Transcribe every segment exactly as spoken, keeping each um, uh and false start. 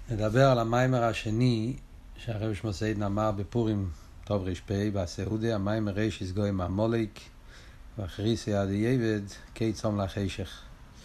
נדבר על המיימר השני שהרב שמוסיידן אמר בפורים טוב רשפי בסעודה, המיימר ריש יסגוי מהמולק ואחריס יד יבד קי צום לחשך.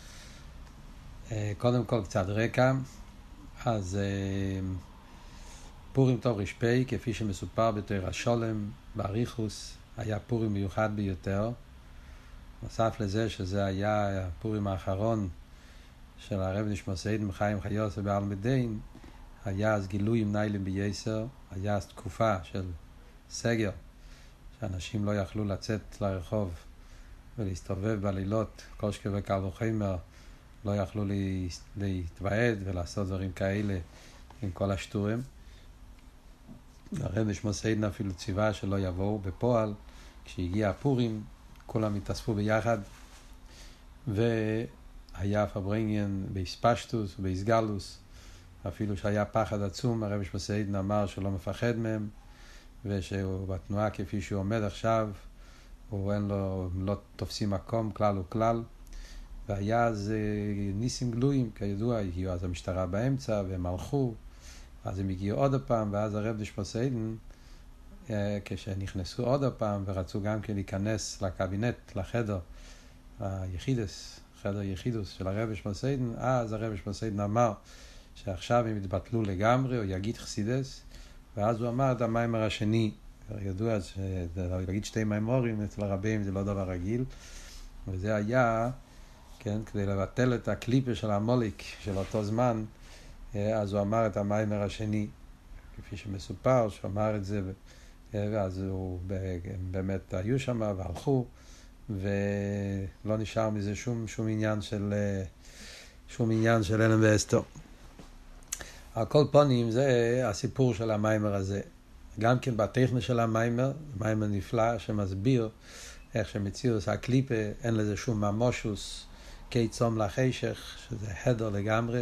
קודם כל קצת רקע. אז פורים טוב רשפי, כפי שמסופר בתורה השולם באריכוס, היה פורים מיוחד ביותר. נוסף לזה שזה היה הפורים האחרון של הרב נשמוסיידן מחיים חיוס ובעל מדין, היה אז גילוי עם ניילים בייסר, היה אז תקופה של סגר, שאנשים לא יכלו לצאת לרחוב ולהסתובב בלילות, קושקה וקל וחמר, לא יכלו להתוועד ולעשות דברים כאלה עם כל השטורים. הרב נשמוסיידן אפילו ציווה שלא יבואו בפועל. כשהגיע הפורים כולם התאספו ביחד, והיה פברנגן באספשטוס ובאסגלוס, אפילו שהיה פחד עצום. הרב שמוסיידן אמר שלא מפחד מהם, ושהוא בתנועה כפי שהוא עומד עכשיו, הוא אין לו, לא תופסים מקום כלל וכלל. והיה אז ניסים גלויים, כידוע, הגיעו אז המשטרה באמצע והם הלכו, אז הם הגיעו עוד הפעם, ואז הרב שמוסיידן כשנכנסו עוד הפעם ורצו גם כן להיכנס לקבינט, לחדר היחידס, חדר יחידוס של הרב שמוסיידן, אז הרב שמוסיידן אמר שעכשיו הם יתבטלו לגמרי, או יגיד חסידס, ואז הוא אמר את המיימר השני. ידוע להגיד שתי מיימורים אצל הרבים זה לא דבר רגיל, וזה היה, כן, כדי לבטל את הקליפה של המוליק של אותו זמן, אז הוא אמר את המיימר השני, כפי שמסופר, שהוא אמר את זה, ואז הוא באמת היו שם והלכו, ולא נשאר מזה שום, שום עניין של, שום עניין של אלם ואסתר. על כל פנים זה הסיפור של המיימר הזה. גם כן בטכנה של המיימר, מיימר נפלא שמסביר איך שמציאוס הקליפה אין לזה שום ממושוס, קי צום לחשך, שזה חדר לגמרי,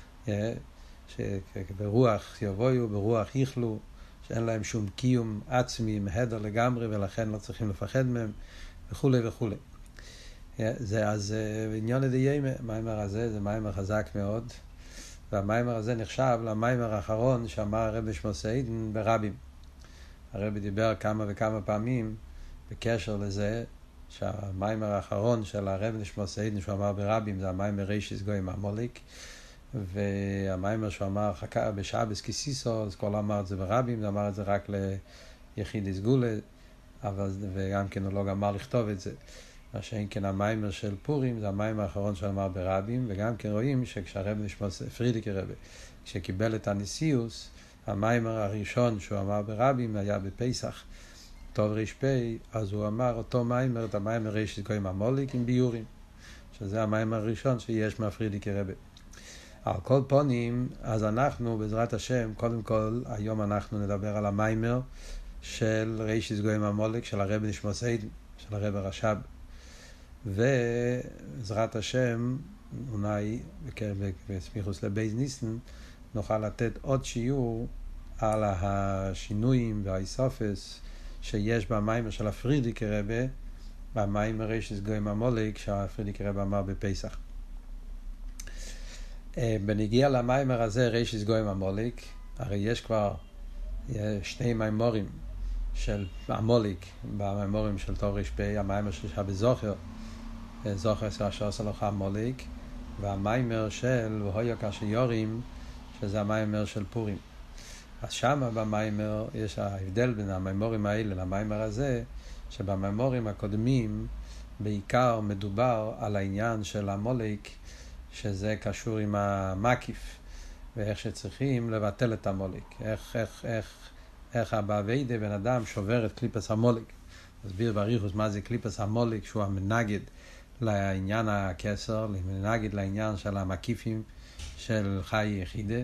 שברוח יבואו, ברוח יחלו, שאין להם שום קיום עצמי עם הדר לגמרי, ולכן לא צריכים לפחד מהם, וכו' וכו'. זה אז עניין לדיימה, המיימר הזה זה מיימר חזק מאוד, והמיימר הזה נחשב למיימר האחרון שאמר הרב שמוסיידן ברבים. הרב דיבר כמה וכמה פעמים בקשר לזה, שהמיימר האחרון של הרב שמוסיידן שהוא אמר ברבים, זה המיימר ריש יסגוי מהמוליק, והמיימר שהוא אמר חכה בשבס כסיסו, אז כל אמר את זה ברבים, זה אמר את זה רק ליחיד סגולה, אבל וגם כן הוא לא גמר לכתוב את זה. מה שאין כן המיימר של פורים זה המיימר האחרון שהוא אמר ברבים, וגם כן רואים שכשהרב נשמוס פרידיקי רבי כשקיבל את הנשיאוס, המיימר הראשון שהוא אמר ברבים היה בפסח טוב רשפי, אז הוא אמר אותו מיימר, את המיימר ריש יסגוי מהמוליק עם ביורים, שזה המיימר הראשון שיש מהפרידיקי רבי. על כל פונים, אז אנחנו בעזרת השם, קודם כל היום אנחנו נדבר על המיימר של ריש יסגוי מהמוליק של הרב נשמוסיידן, של הרב הרש"ב, ובעזרת השם אולי בסמיכוס לבייז ניסן נוכל לתת עוד שיעור על השינויים והאיסופס שיש במיימר של הפרידיקי רבי, במיימר ריש יסגוי מהמוליק שהפרידיקי רבי אמר בפסח. בנגיע למיימר הזה ריש יסגוי מהמוליק, הרי יש כבר שני מיימורים של המוליק במיימורים של טוב רשפי, המיימר של שבת זוכר, זוכר אשר עשה לך המוליק, והמיימר של והויה כאשר יורים, שזה המיימר של פורים. אז שם במיימר יש ההבדל בין המיימורים האלה למיימר הזה, שבמיימורים הקודמים בעיקר מדובר על העניין של המוליק, שזה קשור עם המקיף, ואיך שצריכים לבטל את המוליק, איך, איך, איך, איך הבאביידה בן אדם שובר את קליפס המוליק. מסביר בריחוס מה זה קליפס המוליק, שהוא המנגד לעניין הכסר, מנגד לעניין של המקיפים של חי יחידה,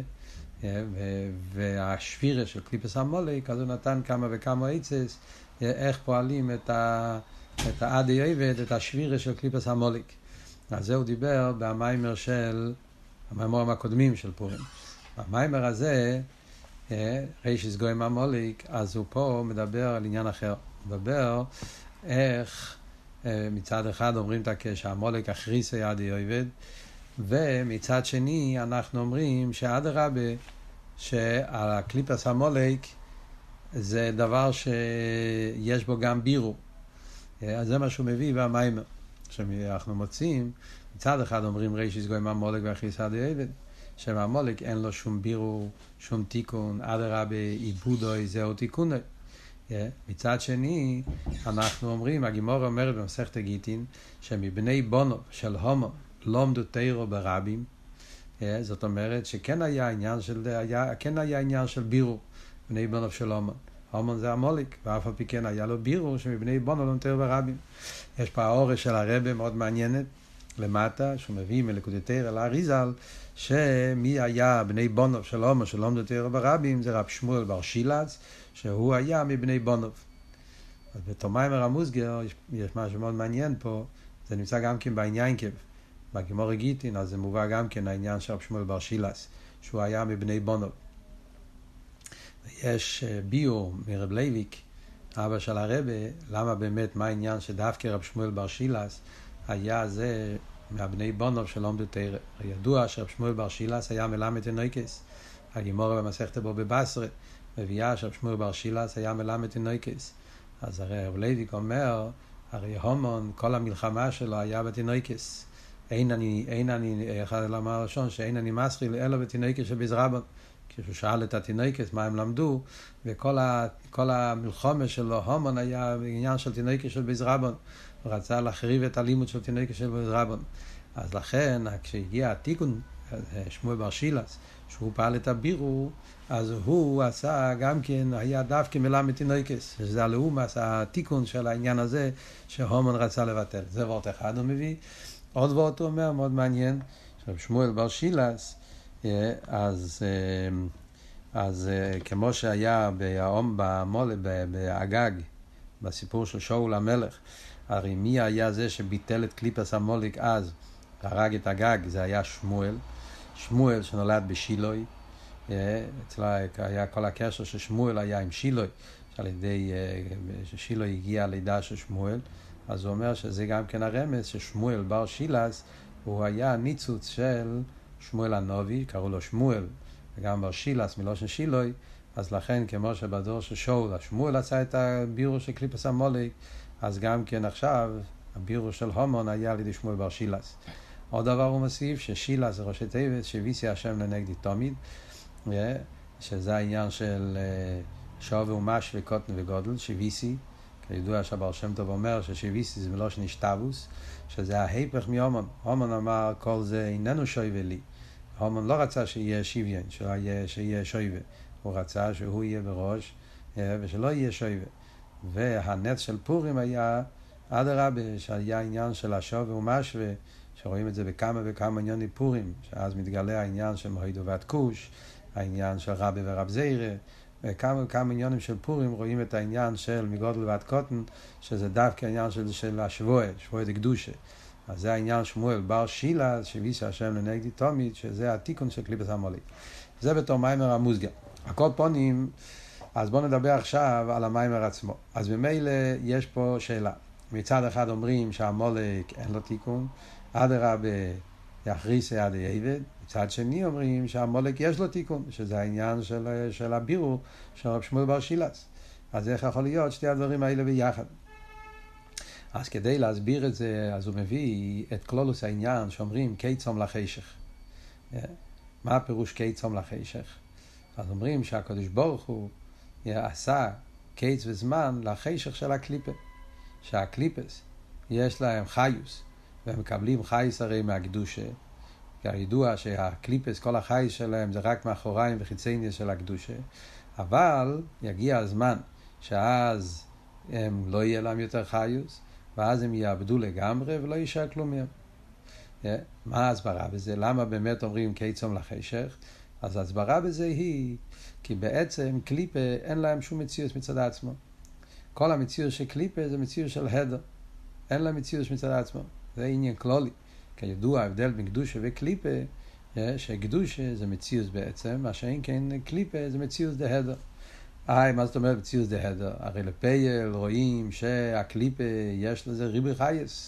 והשבירה של קליפס המוליק, אז הוא נתן כמה וכמה עצס, איך פועלים את, ה, את העדי עבד, את השבירה של קליפס המוליק. אז זה הוא דיבר במיימר של המיימורים הקודמים של פורים. במיימר הזה ריש יסגוי מהמוליק, אז הוא פה מדבר על עניין אחר. הוא מדבר איך מצד אחד אומרים שהמוליק הכריס ידי עבד, ומצד שני אנחנו אומרים שאדרבה, שהקליפס המולק זה דבר שיש בו גם בירו. אז זה מה שהוא מביא במיימר. שאנחנו מוצאים, מצד אחד אומרים רישיס גוי מהמולק והכריסה די עבד, שמהמולק אין לו שום בירו, שום תיקון, אדרבה עיבודוי זהו תיקוני. מצד שני, אנחנו אומרים, הגימור אומרת במסכת גיטין, שמבני בונו של הומו לומדו תירו ברבים, זאת אומרת שכן היה עניין של, היה, כן היה עניין של בירו, בני בונו של הומו. הומו זה המולק, ואף על פי כן היה לו בירו, שמבני בונו לומדו תירו ברבים. יש פה האורש של הרבי מאוד מעניינת, למטה, שהוא מביא מליקוטי תירו לאריזל, שמי היה בני בונו של הומו של לומדו תירו ברבים, זה רב שמואל בר שילץ, שהוא היה מבני בונוב. אז בתומיימר המוסגר יש, יש משהו מאוד מעניין פה, זה נמצא גם כן בעניין כב, בגימור גיטין, אז זה מובא גם כן העניין של רב שמואל בר שילס, שהוא היה מבני בונוב. יש ביור מרב לייביק, אבא של הרבה, למה באמת, מה העניין שדווקא רב שמואל בר שילס היה זה מהבני בונוב של לומדו תורה. ידוע שרב שמואל בר שילס היה מלמד אנויקס, הגימור במסכת בו בבשרה, מביאה שרב שמואל בר שילס היה מלמד תינוקס. אז הרי רב לייביק אומר, הרי הומון, כל המלחמה שלו היה בתינוקס. אין אני, אין אני, אחד לומר הראשון, שאין אני מסחיל אלא בתינוקס שבזרבון. כשהוא שאל את התינוקס מה הם למדו, וכל ה, כל המלחמה שלו, הומון היה בעניין של תינוקס של בזרבון. הוא רצה להחריב את הלימוד של תינוקס של בזרבון. אז לכן, כשהגיע התיקון, שמואל בר שילס, שהוא פעל את הבירו, אז הוא עשה גם כן, היה דווקא מלמד תינוקס, שזה הלאום, עשה התיקון של העניין הזה, שהומן רצה לבטל. זה וורט אחד הוא מביא. עוד וורט הוא אומר, מאוד מעניין, שמואל בר שילס, אז, אז כמו שהיה באום, במול, באגג, בסיפור של שאול המלך, הרי מי היה זה שביטל את קליפס המולק אז, הרג את אגג, זה היה שמואל, שמואל שנולד בשילוי, אצלה היה כל הקשר ששמואל היה עם שילוי, שעל ידי ששילוי הגיע לידה של שמואל, אז הוא אומר שזה גם כן הרמז ששמואל בר שילס הוא היה ניצוץ של שמואל הנובי, קראו לו שמואל, וגם בר שילס מלושן שילוי, אז לכן כמו שבדור של שאול, שמואל עשה את הבירו של קליפס המולק, אז גם כן עכשיו הבירו של הומון היה על ידי שמואל בר שילס. עוד דבר הוא מוסיף ששילס זה ראשי תיבות שוויסי השם לנגדי תמיד, שזה העניין של שווה ומש וקוטן וגודל, שוויסי, כידוע שהבר שם טוב אומר ששוויסי זה מלושן השתבוס, שזה ההיפך מהומון. הומון אמר כל זה איננו שווה לי, הומון לא רצה שיהיה שוויון, שיהיה שווה, הוא רצה שהוא יהיה בראש ושלא יהיה שווה. והנץ של פורים היה אדרבה, שהיה עניין של השווה ומש, שרואים את זה בכמה וכמה ענייני פורים, שאז מתגלה העניין של מוהידו ועד כוש, העניין של רבי ורב זיירה, וכמה וכמה עניינים של פורים רואים את העניין של מגודל ועד קוטן, שזה דווקא העניין של, של השבועה, שבועה דקדושה. אז זה העניין שמואל בר שילה, שוויסי השם לנגדי תמיד, שזה התיקון של קליפס המולק. זה בתור מיימר המוסגר. הכל פונים, אז בואו נדבר עכשיו על המיימר עצמו. אז במילא יש פה שאלה. מצד אחד אומרים שהמולק אין לו תיקון, אדרבה יחריסי עד עבד. מצד שני אומרים שהמולק יש לו תיקון, שזה העניין של, של הבירו של רב שמואל בר שילס. אז איך יכול להיות שתי הדברים האלה ביחד? אז כדי להסביר את זה, אז הוא מביא את כלולוס העניין שאומרים קיצום לחשך. מה הפירוש קיצום לחשך? אז אומרים שהקדוש ברוך הוא עשה קיץ וזמן לחשך של הקליפה. שהקליפס יש להם חיוס, והם מקבלים חייס הרי מהקדושה, כי הידוע שהקליפס, כל החייס שלהם זה רק מאחוריים וחיציינים של הקדושה, אבל יגיע הזמן שאז הם לא יהיה להם יותר חיוס, ואז הם יאבדו לגמרי ולא יישאר כלום מהם. מה ההסברה בזה? למה באמת אומרים קיצום לחשך? אז ההסברה בזה היא, כי בעצם קליפה אין להם שום מציאות מצד עצמו. כל המציאות של קליפה זה מציאות של הדר. אין לה מציאות מצד עצמו. זה עניין כללי. כידוע, ההבדל בין קדושה וקליפה, שקדושה זה מציאות בעצם, מה שאין כן קליפה זה מציאות דה הדר. אה, מה זאת אומרת מציאות דה הדר? הרי לפייל רואים שהקליפה יש לזה ריבי חייס.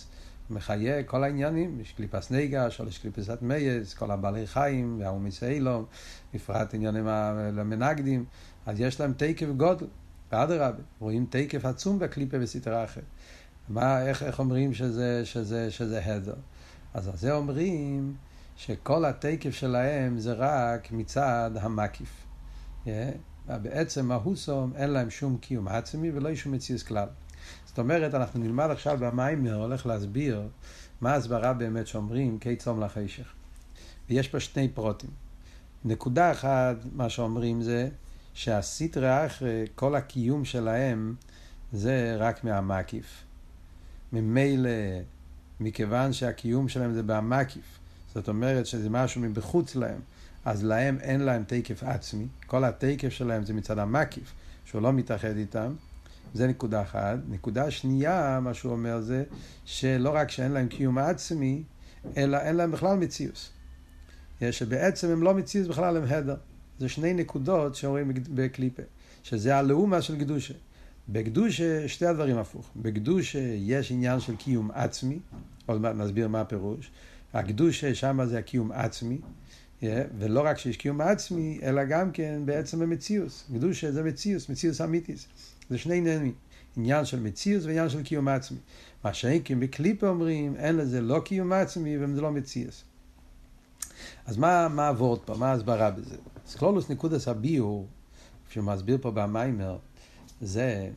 מחיה כל העניינים, יש קליפס נגש, או יש קליפס התמייס, כל הבעלי חיים, והאומיס אילום, בפרט עניינים למנגדים, אז יש להם תקף גודל, ואדרבה, רואים תקף עצום בקליפה וסתרה אחרת. מה, איך, איך אומרים שזה, שזה, שזה הדר? אז על זה אומרים שכל התקף שלהם זה רק מצד המקיף. Yeah. בעצם מהוסום אין להם שום קיום עצמי ולא שום מציאות כלל. זאת אומרת, אנחנו נלמד עכשיו במיימר, הולך להסביר מה הסברה באמת שאומרים כיצום לחשך. ויש פה שני פרוטים. נקודה אחת, מה שאומרים זה שהסתרה אחרי כל הקיום שלהם זה רק מהמקיף. ממילא, מכיוון שהקיום שלהם זה במקיף, זאת אומרת שזה משהו מבחוץ להם, אז להם אין להם תקף עצמי, כל התקף שלהם זה מצד המקיף, שהוא לא מתאחד איתם, זה נקודה אחת. נקודה שנייה, מה שהוא אומר זה, שלא רק שאין להם קיום עצמי, אלא אין להם בכלל מציאוס. שבעצם הם לא מציאוס בכלל, הם הדר. זה שני נקודות שאומרים בקליפה, שזה הלאומה של קדושה. בקדושה שתי הדברים הפוך. בקדושה יש עניין של קיום עצמי, עוד מעט נסביר מה הפירוש. הקדושה שם זה הקיום עצמי, ולא רק שיש קיום עצמי, אלא גם כן בעצם המציאוס. קדושה זה מציאוס, מציאוס אמיתיס. זה שני עניינים, עניין של מציאוס ועניין של קיום עצמי. מה שאינקים בקליפה אומרים, אין לזה לא קיום עצמי וזה לא מציאוס. אז מה, מה עבוד פה? מה ההסברה בזה? אז כלולוס נקודס הביור, שמסביר פה במיימר, זה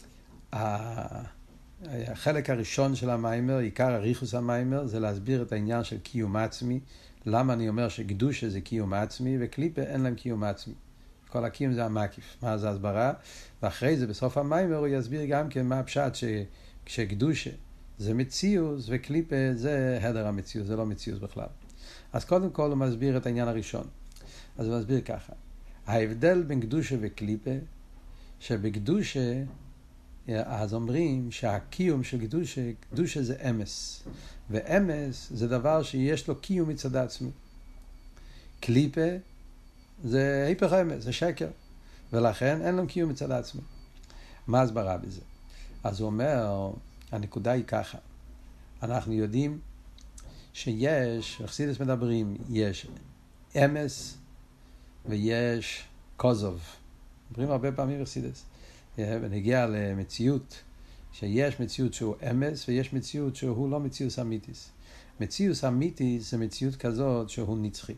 החלק הראשון של המיימר, עיקר הריחוס המיימר, זה להסביר את העניין של קיום עצמי. למה אני אומר שקדושה זה קיום עצמי וקליפה אין להם קיום עצמי. כל הקיום זה המקיף. מה זה הסברה? ואחרי זה בסוף המיימר הוא יסביר גם כן מה הפשט שכשקדושה זה מציאוס וקליפה זה הדר המציאוס, זה לא מציאוס בכלל. אז קודם כל הוא מסביר את העניין הראשון. אז הוא מסביר ככה. ההבדל בין קדושה וקליפה, שבקדושה, אז אומרים שהקיום של קדושה, קדושה זה אמס. ואמס זה דבר שיש לו קיום מצד עצמי. קליפה זה היפך אמס, זה שקר. ולכן אין לו קיום מצד עצמי. מה הסברה בזה? אז הוא אומר, הנקודה היא ככה. אנחנו יודעים שיש, חסידות מדברים, יש אמס ויש קוזוב. מדברים הרבה פעמים בחסידות. ונגיע למציאות, שיש מציאות שהוא אמס ויש מציאות שהוא לא מציאות אמיתיס. מציאות אמיתיס זה מציאות כזאת שהוא נצחי.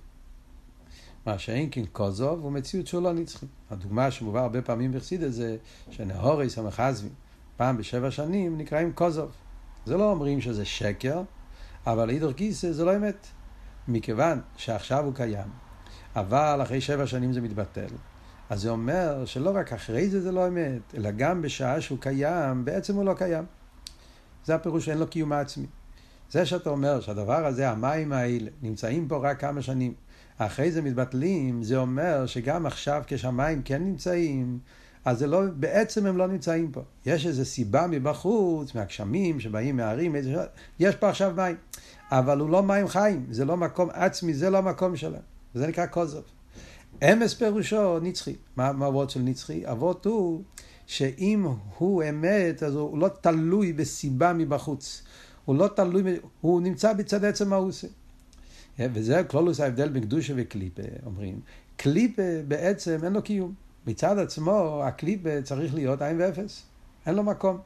מה שאין כן קוזוב הוא מציאות שהוא לא נצחי. הדוגמה שמובא הרבה פעמים בחסידות זה שנהוריס המחזבים פעם בשבע שנים נקראים קוזוב. זה לא אומרים שזה שקר, אבל אידור גיסא זה לא אמת. מכיוון שעכשיו הוא קיים, אבל אחרי שבע שנים זה מתבטל. אז זה אומר שלא רק אחרי זה זה לא אמת, אלא גם בשעה שהוא קיים, בעצם הוא לא קיים. זה הפירוש שאין לו קיום עצמי. זה שאתה אומר שהדבר הזה, המים האלה, נמצאים פה רק כמה שנים, אחרי זה מתבטלים, זה אומר שגם עכשיו כשהמים כן נמצאים, אז זה לא, בעצם הם לא נמצאים פה. יש איזו סיבה מבחוץ, מהגשמים שבאים מהערים, יש פה עכשיו מים. אבל הוא לא מים חיים, זה לא מקום עצמי, זה לא מקום שלהם. וזה נקרא קוזוב. אמס פירושו נצחי. מה העבוד של נצחי? העבוד הוא שאם הוא אמת, אז הוא לא תלוי בסיבה מבחוץ. הוא לא תלוי, הוא נמצא בצד עצם מה הוא עושה. וזה כלולוס ההבדל בין קדושה וקליפה, אומרים. קליפה בעצם אין לו קיום. מצד עצמו, הקליפה צריך להיות עין ואפס. אין לו מקום.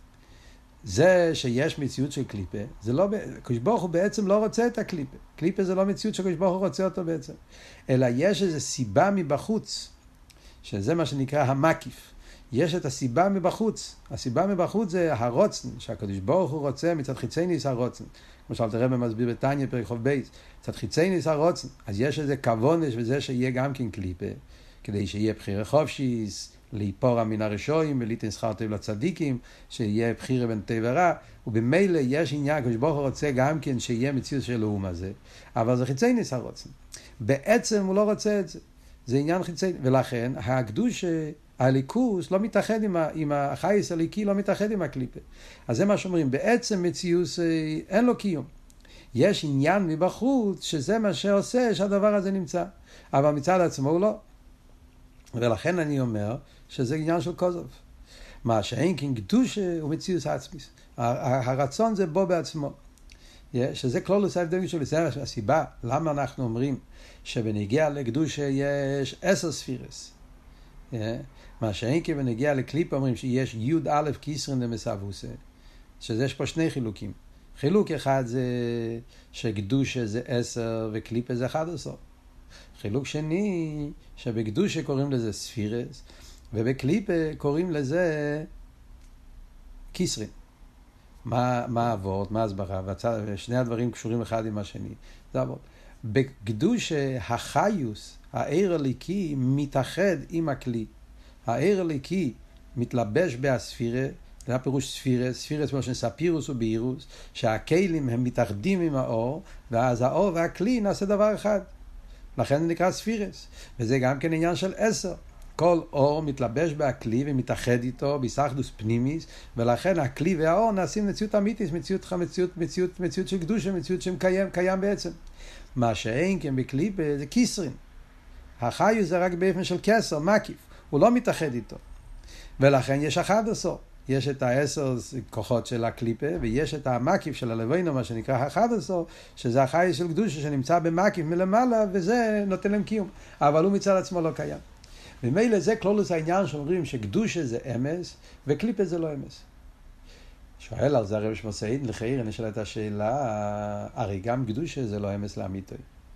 זה שיש מציאות של קליפה, זה לא, קדוש ברוך הוא בעצם לא רוצה את הקליפה. קליפה זה לא מציאות שקדוש ברוך הוא רוצה אותו בעצם. אלא יש איזו סיבה מבחוץ, שזה מה שנקרא המקיף. יש את הסיבה מבחוץ. הסיבה מבחוץ זה הרוצן, שהקדוש ברוך הוא רוצה מצד חיצייניס הרוצן. כמו שאלת הרב מסביר בתניא פרק חוב בייס, מצד חיצייניס הרוצן. אז יש איזה כוונש וזה שיהיה גם כן קליפה, כדי שיהיה בחירה חופשיס, להיפורה מן הרשועים וליתן שכר טוב לצדיקים, שיהיה בחירה בין טוב ורע, ובמילא יש עניין, קדוש ברוך הוא רוצה גם כן שיהיה מציאות של לאום הזה, אבל זה חיצייניס הרוצן. בעצם הוא לא רוצה את זה. זה עניין חיצייני, ולכן הקדוש, הליכוס לא מתאחד עם, ה, עם החייס הליקי, לא מתאחד עם הקליפה. אז זה מה שאומרים, בעצם מציאות אין לו קיום. יש עניין מבחוץ שזה מה שעושה שהדבר הזה נמצא, אבל מצד עצמו הוא לא. ולכן אני אומר שזה עניין של קוזוב. מה שאין כן קדושה הוא מציאות עצמית. הרצון זה בו בעצמו. שזה כלולוס ההבדל שלו, זה הסיבה למה אנחנו אומרים שבנגיע לקדושה יש עשר ספירס. מה שאין כי בנגיע לקליפה אומרים שיש יוד א' כיסרין למסבוסה, שזה יש פה שני חילוקים. חילוק אחד זה שקדושה זה עשר וקליפה זה אחד עשר. חילוק שני שבקדושה קוראים לזה ספירס ובקליפה קוראים לזה כיסרין. מה, מה עבוד, מה הסברה, ושני הדברים קשורים אחד עם השני. זה עבוד. בקדושה החיוס, העיר הליקי, מתאחד עם הכלי. העיר הליקי מתלבש בהספירה, זה הפירוש ספירה, ספירה כמו שספירוס ובאירוס, שהכלים הם מתאחדים עם האור, ואז האור והכלי נעשה דבר אחד. לכן זה נקרא ספירס. וזה גם כן עניין של עשר. כל אור מתלבש בהכלי ומתאחד איתו בסחדוס פנימיס, ולכן הכלי והאור נעשים מציאות אמיתית, מציאות, מציאות, מציאות, מציאות של קדושה, מציאות שקיים, קיים בעצם. מה שאין כן בקליפה זה כיסרין. החיוס זה רק באופן של כסר, מקיף. הוא לא מתאחד איתו. ולכן יש אחד עשר. יש את העשר כוחות של הקליפה, ויש את המקיף של הלווינו, מה שנקרא אחד עשר, שזה החיוס של קדושה שנמצא במקיף מלמעלה, וזה נותן להם קיום. אבל הוא מצד עצמו לא קיים. ומילא זה כלולוס העניין שאומרים שקדושה זה אמס, וקליפה זה לא אמס. שואל על זה הרב שמוסעיד, לחייר, אני שואל את השאלה, הרי גם קדושה זה לא אמס לאמיתוי.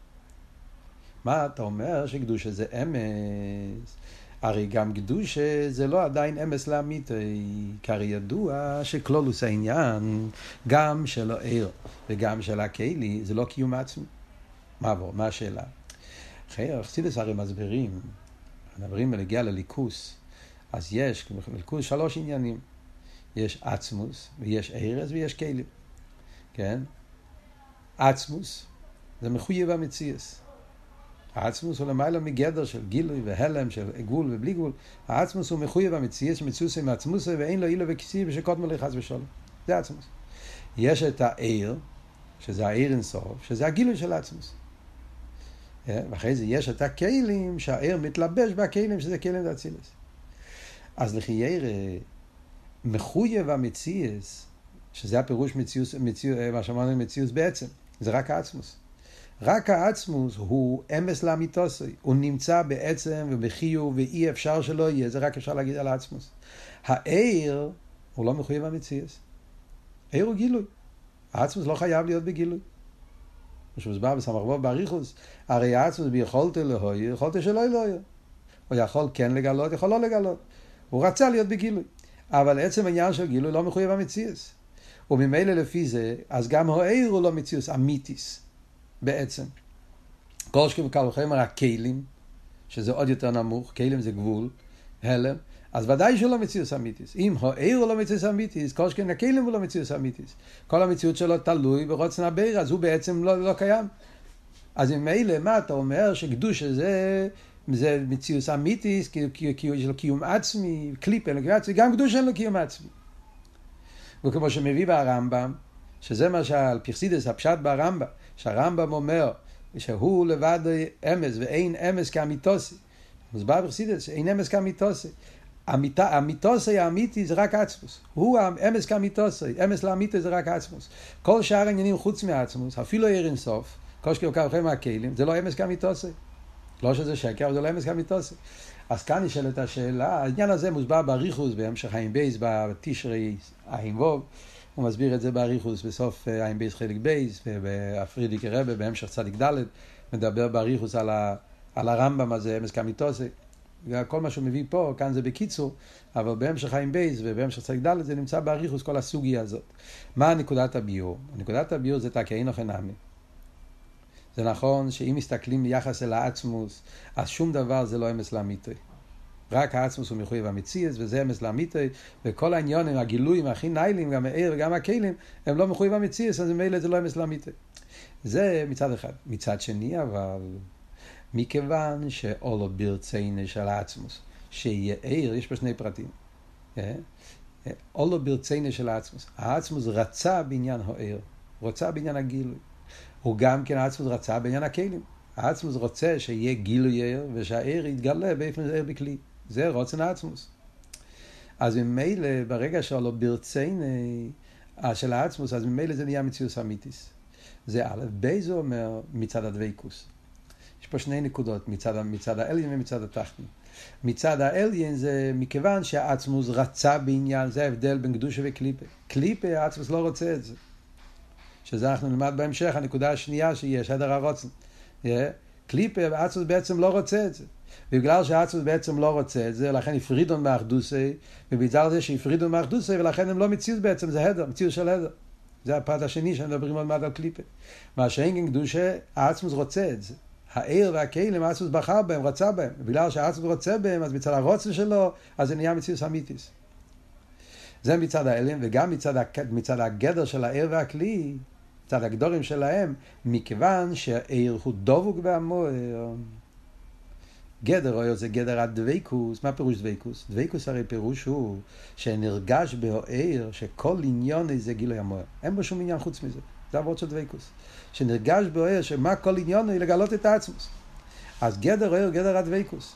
מה אתה אומר שקדושה זה אמס? הרי גם קדושה זה לא עדיין אמס לאמיתוי, כי הרי ידוע שכלולוס העניין, גם של העיר וגם של הכלי, זה לא קיום עצמי. מה עבור? מה השאלה? חייר, חסידס הרי מסבירים, מדברים בלגיע לליכוס, אז יש בליכוס שלוש עניינים. יש עצמוס, ויש ערס, ויש כלים. כן? עצמוס, זה מחויב המציאס. העצמוס הוא למעלה מגדר של גילוי והלם, של גבול ובלי גבול. העצמוס הוא מחויב המציאס, מצוס עם עצמוס, ואין לו אילו וכיסי, ושקודם לו חס ושלום. זה עצמוס. יש את העיר, שזה העיר אינסוף, שזה הגילוי של העצמוס. ואחרי זה יש את הכלים שהעיר מתלבש בכלים שזה כלים דאצילס. אז לחייר מחויב המציאס, שזה הפירוש מציאוס, מציאוס, מה שאמרנו מציאוס בעצם, זה רק העצמוס. רק העצמוס הוא אמס לאמיתוסי, הוא נמצא בעצם ובחיוב ואי אפשר שלא יהיה, זה רק אפשר להגיד על העצמוס. העיר הוא לא מחויב המציאס. העיר הוא גילוי. העצמוס לא חייב להיות בגילוי. משמוסבר בסמ"ך באריכוס, הרי העצמוס ביכולת אלוהי, יכולת שלא אלוהי. הוא יכול כן לגלות, יכול לא לגלות. הוא רצה להיות בגילוי. אבל עצם העניין של גילוי לא מחויב המציאס. וממילא לפי זה, אז גם העיר הוא לא מציאס אמיתיס, בעצם. כל שכם וקל וחומר הכלים, שזה עוד יותר נמוך, כלים זה גבול, הלם, אז ודאי שהוא לא מציאוס אמיתיס. אם העיר הוא לא מציאוס אמיתיס, כל שכן הכלים הוא לא מציאוס אמיתיס. כל המציאות שלו תלוי ברוצן הביר, אז הוא בעצם לא, לא קיים. אז ממילא, מה אתה אומר שקדושה זה, זה מציאוס אמיתיס, של קיום עצמי, קליפה, גם קדושה אין לו קיום עצמי. וכמו שמביא ברמב"ם, שזה מה שעל פרסידס הפשט ברמב"ם, שהרמב"ם אומר שהוא לבד אמס ואין אמס כאמיתוסי. מוסבר פרסידס, אין אמס כאמיתוסי. המיתוסי האמיתי זה רק עצמוס. הוא אמס כאמיתוסי, אמס לאמיתי זה רק עצמוס. כל שאר העניינים חוץ מהעצמוס, אפילו עיר אינסוף, כל שכם וקל וחומר הכלים, זה לא אמס כאמיתוסי. לא שזה שקר, אבל זה לא אמס כאמיתוסי. אז כאן נשאלת השאלה, העניין הזה מוסבר באריכוס, בהמשך עין בייס, בתשרי עין ווב, הוא מסביר את זה באריכוס בסוף עין בייס חלק בייס, ובפרידיקי רבה בהמשך צדיק ד' מדבר באריכוס על, ה, על הרמב"ם הזה, אמס כאמיתוסי. כל מה שהוא מביא פה, כאן זה בקיצור, אבל בהמשך עין בייס ובהמשך צדיק ד' זה נמצא באריכוס כל הסוגיה הזאת. מה נקודת הביור? נקודת הביור זה תקיינו חנמי. זה נכון שאם מסתכלים ביחס אל העצמוס, אז שום דבר זה לא אמס לאמיתוי. רק העצמוס הוא מחויב המציאס, וזה אמס לאמיתוי, וכל העניונים, הגילויים הכי ניילים, גם העיר וגם הכלים, הם לא מחויב המציאס, אז מילא זה לא אמס לאמיתוי. זה מצד אחד. מצד שני, אבל מכיוון שאולו ברצייני של העצמוס, שיהיה עיר, יש פה שני פרטים. אולו ברצייני של העצמוס. העצמוס רצה בעניין העיר, רצה בעניין הגילוי. הוא גם כן העצמוס רצה בעניין הכלים. העצמוס רוצה שיהיה גילוי עיר, ושהעיר יתגלה באופן עיר בכלי. זה רוצן העצמוס. אז ממילא, ברגע שלו ברצייני של העצמוס, אז ממילא זה נהיה מציאוס אמיתיס. זה א', בי זה אומר מצד הדבקוס. יש פה שני נקודות, מצד, מצד העליין ומצד התחתון. מצד העליין זה מכיוון שהעצמוס רצה בעניין, זה ההבדל בין קדושה וקליפה. קליפה, העצמוס לא רוצה את זה. שזה אנחנו נלמד בהמשך, הנקודה השנייה שיש, הדר הרוצן. Yeah. קליפה, העצמוס בעצם לא רוצה את זה. ובגלל שהעצמוס בעצם לא רוצה את זה, לכן הפרידון מאחדוסי, ובגלל זה שהפרידון מאחדוסי, ולכן הם לא מציאות בעצם, זה הדר, מציאות של הדר. זה הפרט השני שמדברים עוד מעט על קליפה. מה שאין כן קדושה, העצמוס רוצה את זה. העיר והכלים, העצמוס בחר בהם, רצה בהם. בגלל שהעצמוס רוצה בהם, אז מצד הרוצה שלו, אז זה נהיה מציאות אמיתיס. זה מצד האלים, וגם מצד, מצד הגדר של העיר והכלי, מצד הגדורים שלהם, מכיוון שהעיר הוא דבוק והמוער. גדר רואה זה גדר הדבקוס. מה פירוש דבקוס? דבקוס הרי פירוש הוא שנרגש בהעיר שכל עניון זה גילוי המוער. אין בו שום עניין חוץ מזה. זה עבוד של דבקוס. שנרגש בהעיר שמה כל עניון היא לגלות את העצמוס. אז גדר רואה גדר הדבקוס.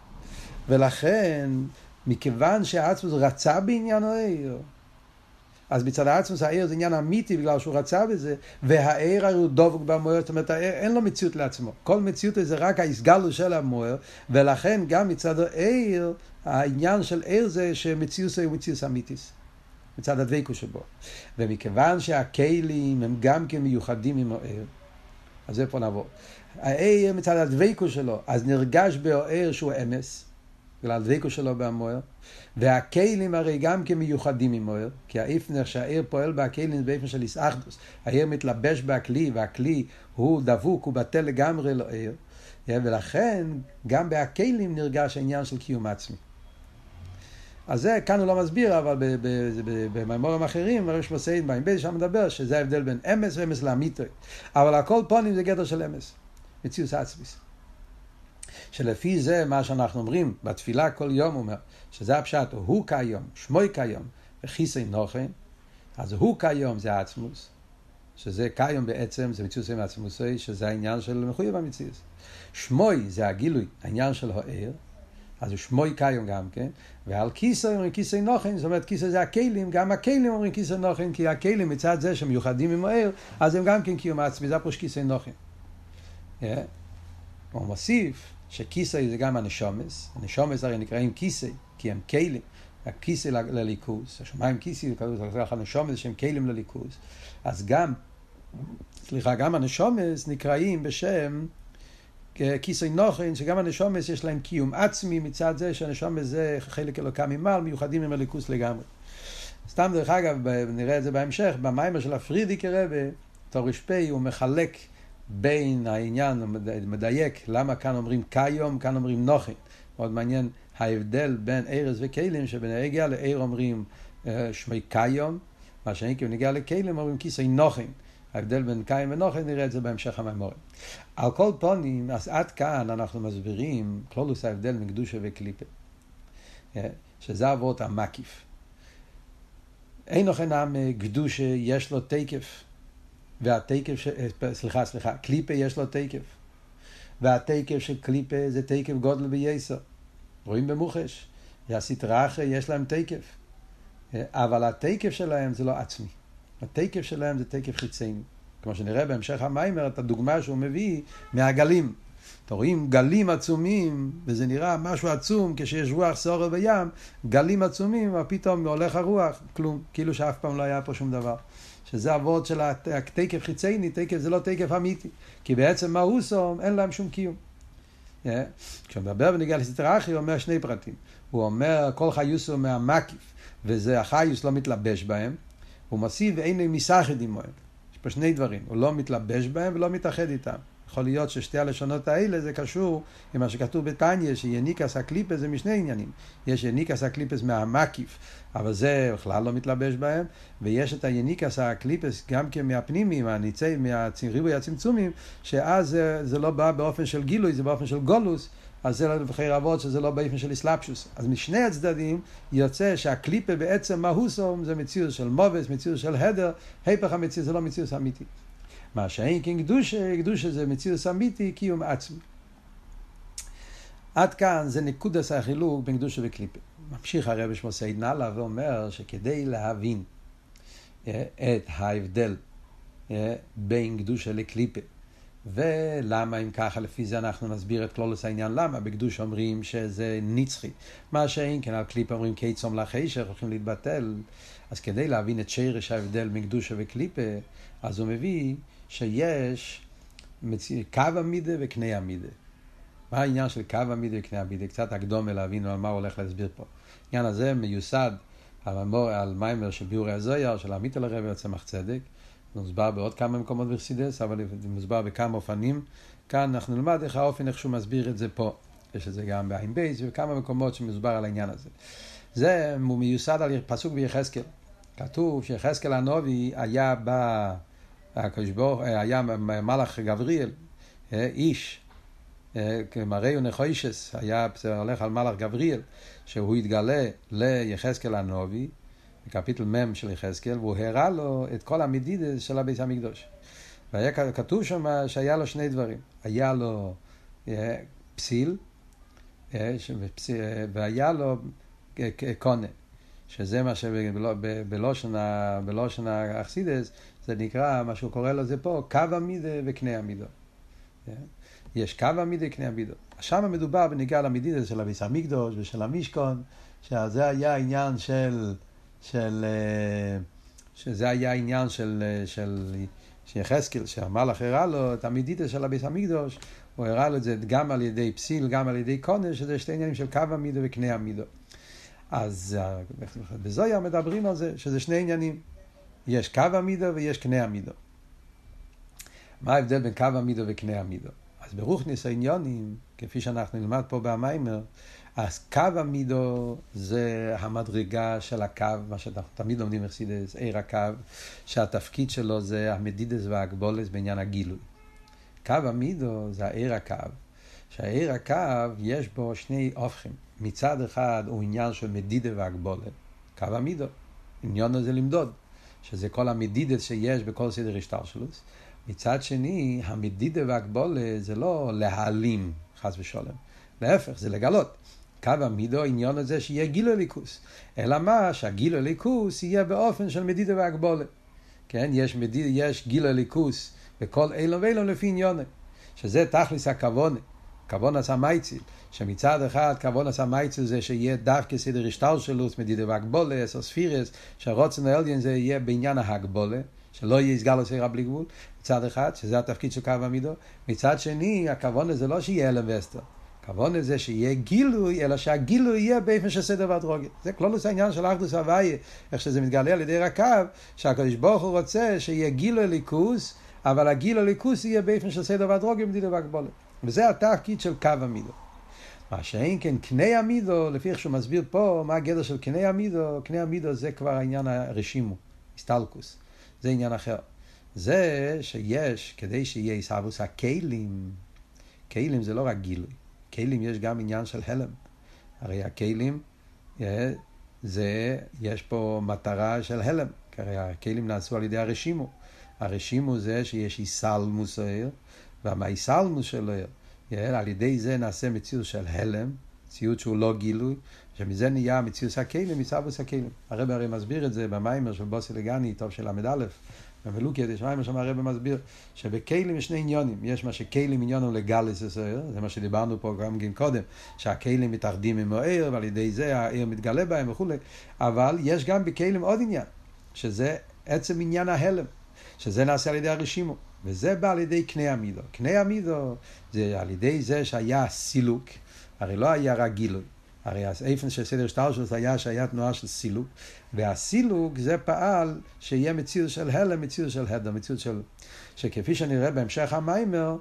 ולכן, מכיוון שהעצמוס רצה בעניין העיר, אז מצד העצמוס העיר זה עניין אמיתי בגלל שהוא רצה בזה, והעיר הוא דבוק במוער, זאת אומרת העיר אין לו מציאות לעצמו, כל מציאות זה רק ההסגלות של המוער, ולכן גם מצד העיר, העניין של עיר זה שמציאות הוא מציאות אמיתיס, מצד הדבקות שבו. ומכיוון שהכלים הם גם כמיוחדים עם העיר, אז זה פה נעבור. העיר מצד הדבקות שלו, אז נרגש בעיר שהוא אמס, בגלל הדבקות שלו במוער, והכלים הרי גם כמיוחדים עם מוער, כי האיפנר שהעיר פועל בהכלים באיפן של איסאחדוס, העיר מתלבש בהכלי, והכלי הוא דבוק, הוא בטל לגמרי לעיר, ולכן גם בהכלים נרגש העניין של קיום עצמי. אז זה כאן הוא לא מסביר, אבל במאמרים אחרים, הרש מוסעין באים בי, שם מדבר שזה ההבדל בין אמס ואמס לאמיתו, אבל הכל פונים זה גדר של אמס, מציאות עצמיס. שלפי זה מה שאנחנו אומרים בתפילה כל יום אומר שזה הפשט הוא כיום, שמוי כיום וחיסי נוחן, אז הוא כיום זה העצמוס, שזה כיום בעצם זה מציאות מעצמוסי, שזה העניין של מחויב המציאות. שמוי זה הגילוי, העניין של העיר, אז הוא שמוי כיום גם כן, ועל כיסי אומרים כיסי נוחן, זאת אומרת כיסי זה הכלים, גם הכלים אומרים כיסי נוחן, כי הכלים מצד זה שמיוחדים עם העיר, אז הם גם כן קיום עצמי, זה פרוש כיסי נוחן. Yeah. הוא מוסיף שכיסי זה גם הנשומס, הנשומס הרי נקראים כיסי, כי הם כלים, הכיסי לליכוס, השמיים כיסי, הנשומס שהם כלים לליכוס, אז גם, סליחה, גם הנשומס נקראים בשם כיסי נוחן, שגם הנשומס יש להם קיום עצמי מצד זה שהנשומס זה חלק אלוקה ממעל, מיוחדים עם הליכוס לגמרי. סתם דרך אגב, נראה את זה בהמשך, במיימר של הפרידיקי רבי, תורש פי, הוא מחלק בין העניין, מדייק, למה כאן אומרים כיום, כאן אומרים נוחן. מאוד מעניין ההבדל בין ערס וכלים, שבנהיגה לעיר אומרים שמי כיום, מה שאין כי בנהיגה לכלים אומרים כיסי נוחן. ההבדל בין קיים ונוחן נראה את זה בהמשך המאמרים. על כל פונים, אז עד כאן אנחנו מסבירים כלולוס ההבדל בין קדושה וקליפה. שזה אבות המקיף. אין נוחנם קדושה יש לו תקף. והתקף ש... סליחה, סליחה, קליפה יש לו תקף. והתקף של קליפה זה תקף גודל בייסר. רואים במוחש. והסטרה אחרי יש להם תקף. אבל התקף שלהם זה לא עצמי. התקף שלהם זה תקף חיצייני. כמו שנראה בהמשך המיימר, את הדוגמה שהוא מביא מהגלים. אתם רואים גלים עצומים, וזה נראה משהו עצום, כשיש רוח סערה בים, גלים עצומים, ופתאום הולך הרוח, כלום, כאילו שאף פעם לא היה פה שום דבר. שזה עבוד של התקף חיצייני, תקף זה לא תקף אמיתי, כי בעצם מה הוא סום, אין להם שום קיום. Yeah. כשמדבר בנגיע לסתר אחי, הוא אומר שני פרטים. הוא אומר, כל חיוסו מהמקיף, וזה החיוס לא מתלבש בהם, הוא מוסיף ואינו מסחד עמהם. יש פה שני דברים, הוא לא מתלבש בהם ולא מתאחד איתם. יכול להיות ששתי הלשונות האלה זה קשור עם מה שכתוב בתניא, שיניקס הקליפס זה משני עניינים. יש יניקס הקליפס מהמקיף, אבל זה בכלל לא מתלבש בהם, ויש את היניקס הקליפס גם כן מהפנימיים, הניצי, מהריבוי הצמצומים, שאז זה, זה לא בא באופן של גילוי, זה באופן של גולוס, אז זה בחיי רבות שזה לא באופן של אסלאפשוס. אז משני הצדדים יוצא שהקליפה בעצם מהוסום זה מציאות של מובס, מציאות של הדר, היפך המציאות זה לא מציאות אמיתי. מה שאין כן קדושה, קדושה זה מציאות אמיתי, קיום עצמי. עד כאן זה נקודת החילוק בין קדושה וקליפה. ממשיך הרב שמוסעין הלאה ואומר שכדי להבין את ההבדל בין קדושה לקליפה. ולמה אם ככה, לפי זה אנחנו נסביר את כלולוס העניין. למה בקדוש אומרים שזה נצחי, מה שאין כן על קליפה אומרים קיצום לחשך, הולכים להתבטל. אז כדי להבין את שרש ההבדל בין קדושה וקליפה, אז הוא מביא שיש קו המידה וקנה המידה. מה העניין של קו המידה וקנה המידה? קצת הקדומה להבין על מה הוא הולך להסביר פה. העניין הזה מיוסד על, על מיימר של ביורי הזויר של עמית אל הרב וצמח צדק, מוסבר בעוד כמה מקומות בחסידות, אבל מוסבר בכמה אופנים. כאן אנחנו נלמד איך האופן, איך שהוא מסביר את זה פה. יש את זה גם בעין בייס וכמה מקומות שמוסבר על העניין הזה. זה מיוסד על פסוק ביחזקאל. כתוב שיחזקאל הנביא היה בא, היה מלאך גבריאל, איש, כמראי ונחוישס, היה הולך על מלאך גבריאל, שהוא התגלה ליחזקאל הנביא, בקפיטל מם של יחזקאל, והוא הראה לו את כל המדידס של הבית המקדוש. והיה כתוב שם שהיה לו שני דברים. היה לו פסיל, והיה לו קונה, שזה מה שבלושן האחסידס, זה נקרא, מה שהוא קורא לו זה פה, קו המידה וקנה המידו. יש קו המידה וקנה המידו. שם מדובר בניגע למדידס של הבית המקדוש ושל המשכון, שזה היה עניין של... של שזה היה עניין של של יחזקאל, שהמלאך הראה לו את המדידה של הבית המקדוש, הוא הראה לו את זה גם על ידי פסיל, גם על ידי קונה, שזה שתי עניינים של קו המידו וקנה המידו. אז בזויה מדברים על זה, שזה שני עניינים. יש קו המידו ויש קנה המידו. מה ההבדל בין קו המידו וקנה המידו? אז ברוחניס העניונים, כפי שאנחנו נלמד פה במיימר, אז קו המידו זה המדרגה של הקו, מה שאנחנו תמיד לומדים בחסידות, עיר הקו, שהתפקיד שלו זה המדידס וההגבולס בעניין הגילוי. קו המידו זה העיר הקו, שהעיר הקו יש בו שני הופכים. מצד אחד הוא עניין של מדידה והגבולה, קו המידו, עניין הזה למדוד, שזה כל המדידס שיש בכל סדר השתלשלות. מצד שני, המדידה והגבולה זה לא להעלים, חס ושלום. להפך, זה לגלות. קו המידו, העניין הזה שיהיה גילוי ליכוס. אלא מה? שהגילוי ליכוס יהיה באופן של מדידה והגבולה. כן? יש, מדיד, יש גילוי ליכוס בכל אילון ואילון לפי עניון. שזה תכליס הכוונה. כוונה עשה מייציל. שמצד אחד כוונה עשה מייציל זה שיהיה דווקא סדר השתלשלות, מדידה והגבולה, או ספירס, שהרוצן העליון זה יהיה בעניין ההגבולה. שלא יהיה יסגל עושה רב בלי גבול. מצד אחד, שזה התפקיד של קו המידו. מצד שני, הכוונה זה לא שיהיה אלם וסתר. הכוונה זה שיהיה גילוי, אלא שהגילוי יהיה באופן של סדר והדרוגיה. זה כלולוס העניין של אחדוס הוויה, איך שזה מתגלה על ידי הקו, שהקדוש ברוך הוא רוצה שיהיה גילוי ליכוס, אבל הגילוי ליכוס יהיה באופן של סדר והדרוגיה במדידה והגבולה. וזה התפקיד של קו המידו. מה שאין כן קנה המידו, לפי איך שהוא מסביר פה, מה הגדר של קנה המידו, קנה המידו זה כבר העניין הרשימו, הסטלקוס. זה עניין אחר. זה שיש, כדי שיהיה ישאבוס הכלים, כלים זה לא רק גילוי. כלים יש גם עניין של הלם. הרי הכלים, זה, יש פה מטרה של הלם. הרי הכלים נעשו על ידי הרשימו. הרשימו זה שיש איסלמוס העיר, והמאיסלמוס שלו העיר. על ידי זה נעשה מציאות של הלם, מציאות שהוא לא גילוי, שמזה נהיה מציאות הכלים, ישאבוס הכלים. הרב הרי מסביר את זה במיימר של בוסי לגני, טוב של עמד א', במלוקי, יש מיימר שם הרב מסביר, שבכלים יש שני עניונים. יש מה שכלים עניון הוא לגליס, זה מה שדיברנו פה גם כן קודם, שהכלים מתאחדים עם העיר, ועל ידי זה העיר מתגלה בהם וכו'. אבל יש גם בכלים עוד עניין, שזה עצם עניין ההלם, שזה נעשה על ידי הרשימו, וזה בא על ידי קנה המידו. קנה המידו זה על ידי זה שהיה סילוק, הרי לא היה רק גילוי. הרי האופן של סדר השתלשלות היה שהיה תנועה של סילוק, והסילוק זה פעל שיהיה מציאות של הלם, מציאות של הדר, מציאות של... שכפי שנראה בהמשך המיימר,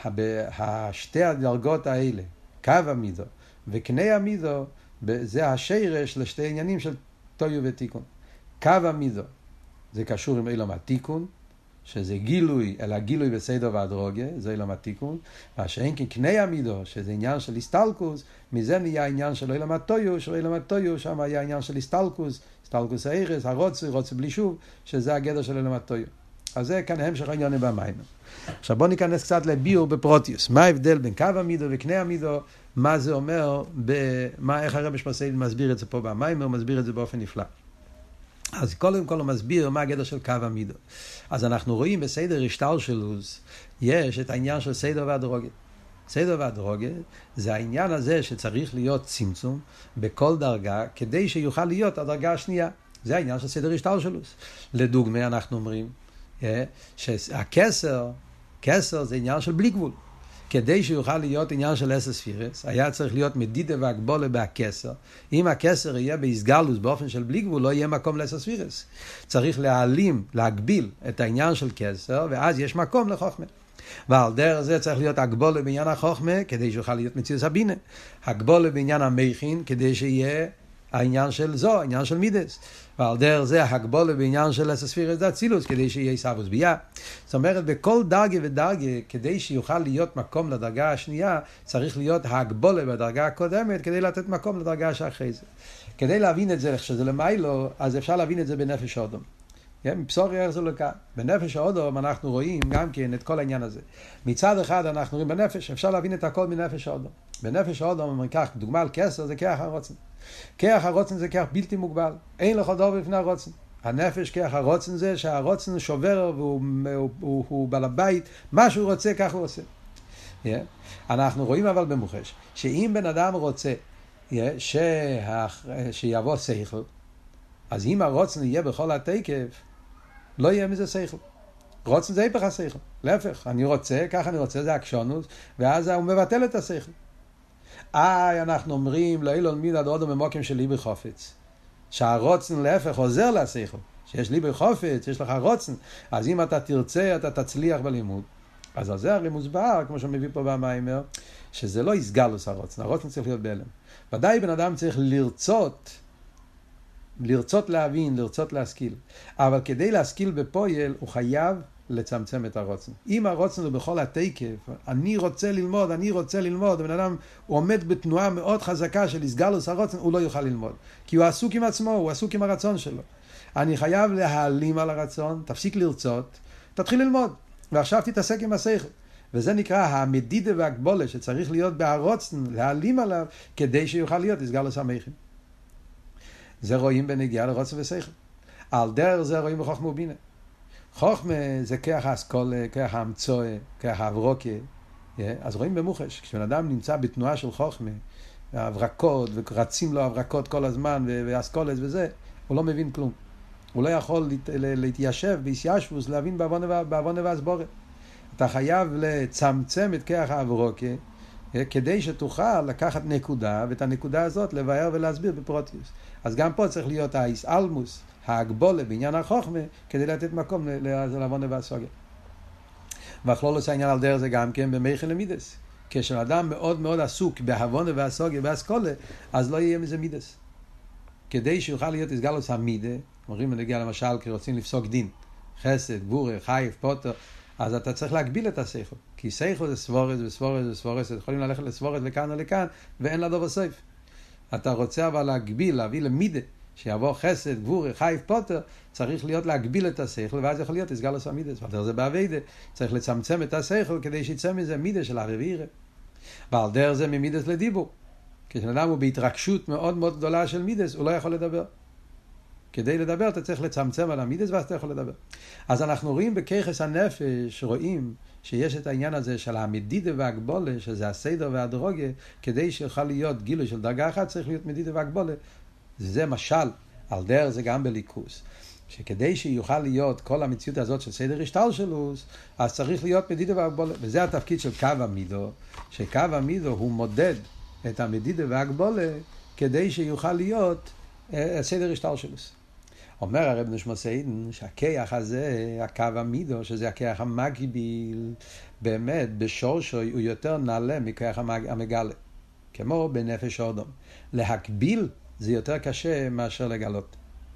השתי הדרגות האלה, קו המידו וקנה המידו, זה השרש לשתי עניינים של טויו ותיקון. קו המידו זה קשור עם אילום התיקון, שזה גילוי, אלא גילוי בסדר והדרוגיה, זה אילום התיקון, והשאין כי קנה המידו, שזה עניין של הסטלקוס, מזה נהיה עניין של אילום התויו, של אילום התויו, שם היה עניין של הסטלקוס, הסטלקוס האירס, הרוצי, רוצי בלי שוב, שזה הגדר של אילום התויו. אז זה כאן המשך העניין במיימר. עכשיו בוא ניכנס קצת לביור בפרוטיוס. מה ההבדל בין קו המידו וקנה המידו, מה זה אומר, במה, איך הרב משפסיין מסביר את זה פה במיימר, מסביר את זה באופן נפלא. אז קודם כל הוא מסביר מה הגדר של קו המידו. אז אנחנו רואים בסדר השתלשלוס, יש את העניין של סדר והדרוגה. סדר והדרוגה זה העניין הזה שצריך להיות צמצום בכל דרגה, כדי שיוכל להיות הדרגה השנייה. זה העניין של סדר השתלשלוס. לדוגמה אנחנו אומרים, שהכסר, כסר זה עניין של בלי גבול. כדי שיוכל להיות עניין של עשר ספירס, היה צריך להיות מדידה והגבולה בהכסר. אם הכסר יהיה בהסגלוס באופן של בלי גבול, לא יהיה מקום לעשר ספירס. צריך להעלים, להגביל את העניין של כסר, ואז יש מקום לחוכמה. ועל דרך זה צריך להיות הגבולה בעניין החוכמה, כדי שיוכל להיות מציאות הבינה. הגבולה בעניין המכין, כדי שיהיה העניין של זו, העניין של מידס. ועל דרך זה הגבולה בעניין של הספירס דאצילוס, כדי שיהיה סבוס ביה. זאת אומרת, בכל דרגה ודרגה, כדי שיוכל להיות מקום לדרגה השנייה, צריך להיות הגבולה בדרגה הקודמת, כדי לתת מקום לדרגה שאחרי זה. כדי להבין את זה, שזה למיילו, אז אפשר להבין את זה בנפש האדם. מבשור איך זה לקה. בנפש האדם אנחנו רואים גם כן את כל העניין הזה. מצד אחד אנחנו רואים בנפש, אפשר להבין את הכל מנפש האדם. בנפש האדם, אומרים כך, דוגמה על כסר זה כח הרוצן. כח הרוצן זה כח בלתי מוגבל. אין לכל דבר בפני הרוצן. הנפש כח הרוצן זה שהרוצן שובר והוא הוא, הוא, הוא בעל הבית, מה שהוא רוצה כך הוא עושה. Yeah. אנחנו רואים אבל במוחש, שאם בן אדם רוצה yeah, שה, שיבוא שכל, אז אם הרוצן יהיה בכל התקף, לא יהיה מזה שכל. רוצן זה היפך השכל. להפך, אני רוצה, כך אני רוצה, זה הקשונוס, ואז הוא מבטל את השכל. איי, אנחנו אומרים, לא אילון מיד עוד ממוקים של ליבי חופץ. שהרוצן להפך עוזר לשכל. שיש ליבי חופץ, יש לך רוצן. אז אם אתה תרצה, אתה תצליח בלימוד. אז על זה הרי מוסבר, כמו שמביא פה במיימר, שזה לא יסגלוס הרוצן. הרוצן צריך להיות בהלם. ודאי בן אדם צריך לרצות, לרצות להבין, לרצות להשכיל. אבל כדי להשכיל בפועל, הוא חייב לצמצם את הרוצן. אם הרוצן הוא בכל התקף, אני רוצה ללמוד, אני רוצה ללמוד, הבן אדם הוא עומד בתנועה מאוד חזקה של הסגלוס הרוצן, הוא לא יוכל ללמוד. כי הוא עסוק עם עצמו, הוא עסוק עם הרצון שלו. אני חייב להעלים על הרצון, תפסיק לרצות, תתחיל ללמוד. ועכשיו תתעסק עם השכל. וזה נקרא המדידה והגבולה שצריך להיות בהרוצן, להעלים עליו, כדי שיוכל להיות הסגלוס המכין. זה רואים בנגיעה לרוצן ושכל. על דרך זה רואים בחוכמה ובינה. חוכמה זה כוח האסכולה, כוח האמצואה, כוח האברוקה. אז רואים במוחש, כשבן אדם נמצא בתנועה של חוכמה, הברקות, ורצים לו הברקות כל הזמן, ואסכולת וזה, הוא לא מבין כלום. הוא לא יכול להתיישב בישיישבוס, להבין בעוונה והסבורה. אתה חייב לצמצם את כוח האברוקה, כדי שתוכל לקחת נקודה, ואת הנקודה הזאת לבאר ולהסביר בפרוטיוס. אז גם פה צריך להיות האיסאלמוס, ההגבולה בעניין החוכמה, כדי לתת מקום לעוונה והסוגיה. והכלולוס העניין על דרך זה גם כן במכין למידס. כשאדם מאוד מאוד עסוק בהבונה והסוגיה והאסכולה, אז לא יהיה מזה מידס. כדי שיוכל להיות הסגלוס המידה, אומרים בנגיע למשל, כי רוצים לפסוק דין, חסד, גבורה, חייף, פוטר, אז אתה צריך להגביל את השכל. כי שכל זה סבורס וסבורס וסבורס, יכולים ללכת לסבורס לכאן או לכאן, ואין לה דובר סוף. אתה רוצה אבל להגביל, להביא למידה, שיבוא חסד, גבורה, חייף, פוטר, צריך להיות להגביל את השכל, ואז יכול להיות הסגלוס המידס. ועל דרך זה בעבודה, צריך לצמצם את השכל, כדי שיצא מזה מידה של הרביעירה. ועל דרך זה ממידס לדיבור. כשאדם הוא בהתרגשות מאוד מאוד גדולה של מידס, הוא לא יכול לדבר. כדי לדבר אתה צריך לצמצם על המידס, ואז אתה יכול לדבר. אז אנחנו רואים בכיחס הנפש, רואים שיש את העניין הזה של המדידה והגבולה, שזה הסדר והדרוגה, כדי שיוכל להיות גילוי של דרגה אחת, צריך להיות מדידה והגבולה. זה משל, על דרך זה גם בליכוס. שכדי שיוכל להיות כל המציאות הזאת של סדר השתלשלוס, אז צריך להיות מדידה והגבולה. וזה התפקיד של קו המידו, שקו המידו הוא מודד את המדידה והגבולה, כדי שיוכל להיות סדר השתלשלוס. אומר הרב נשמע סיידן שהכיח הזה, הקו המידו, שזה הכיח המגביל, באמת בשורשו הוא יותר נעלה מכיח המגלה. כמו בנפש האדם. להקביל זה יותר קשה מאשר לגלות.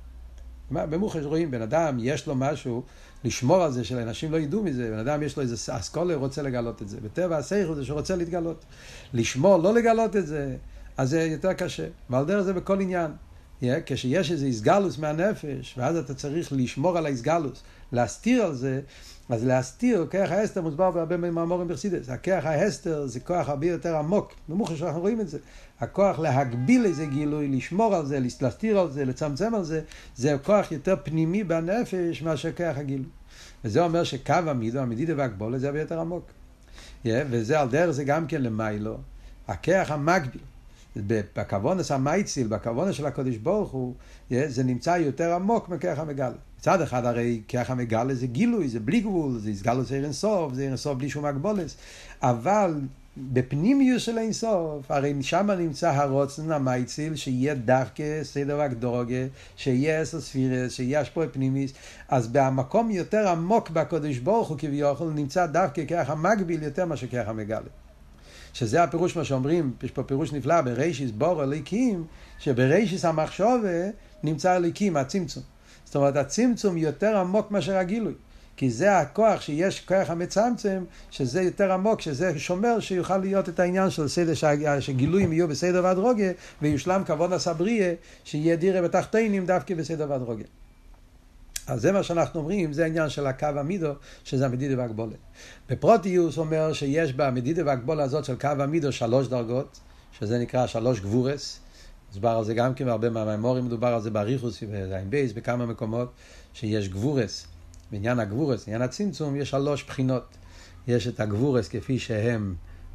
במוחש רואים, בן אדם יש לו משהו לשמור על זה, שלאנשים לא ידעו מזה, בן אדם יש לו איזה אסכולה, רוצה לגלות את זה. בטבע השכל זה שרוצה להתגלות. לשמור, לא לגלות את זה, אז זה יותר קשה. ועל דרך זה בכל עניין. Yeah, כשיש איזה הסגלוס מהנפש, ואז אתה צריך לשמור על ההסגלוס, להסתיר על זה, אז להסתיר, כוח ההסתר מוסבר בהרבה מאמרים בחסידות. הכוח ההסתר זה כוח הרבה יותר עמוק, במוחש שאנחנו רואים את זה. הכוח להגביל איזה גילוי, לשמור על זה, להסתיר על זה, לצמצם על זה, זה כוח יותר פנימי בנפש מאשר כוח הגילוי. וזה אומר שקו המידו, המדידה והגבולה, זה הרבה יותר עמוק. Yeah, וזה על דרך זה גם כן למיילו, הכוח המקביל. בכוונס המייציל, בכוונס של הקדוש ברוך הוא, זה נמצא יותר עמוק מכך המגלה. מצד אחד הרי ככה המגלה זה גילוי, זה בלי גבול, זה הסגלות זה אינסוף, זה אינסוף בלי שום הגבולס, אבל בפנימיוס של אינסוף, הרי שם נמצא הרוצן המייציל, שיהיה דווקא סדר והגדורגה, שיהיה עשר ספירס, שיהיה השפוע פנימיס, אז במקום יותר עמוק בקדוש ברוך הוא כביכול, נמצא דווקא ככה המקביל יותר מאשר ככה המגלה. שזה הפירוש מה שאומרים, יש פה פירוש נפלא, בראשיס בור הליקים, שבראשיס המחשבה נמצא הליקים, הצמצום. זאת אומרת, הצמצום יותר עמוק מאשר הגילוי. כי זה הכוח שיש כוח המצמצם, שזה יותר עמוק, שזה שומר שיוכל להיות את העניין של סדר, שגילויים יהיו בסדר והדרוגה, ויושלם כבוד הסבריה, שיהיה דירה בתחתינים דווקא בסדר והדרוגה. אז זה מה שאנחנו אומרים, זה העניין של הקו המידו, שזה המדידה והגבולה. בפרוטיוס אומר שיש במדידה והגבולה הזאת של קו המידו שלוש דרגות, שזה נקרא שלוש גבורס. מדובר על זה גם כן, הרבה מהמיימורים מדובר על זה באריכוס ובעין בייס, בכמה מקומות, שיש גבורס. בעניין הגבורס, בעניין הצמצום, יש שלוש בחינות. יש את הגבורס כפי שהם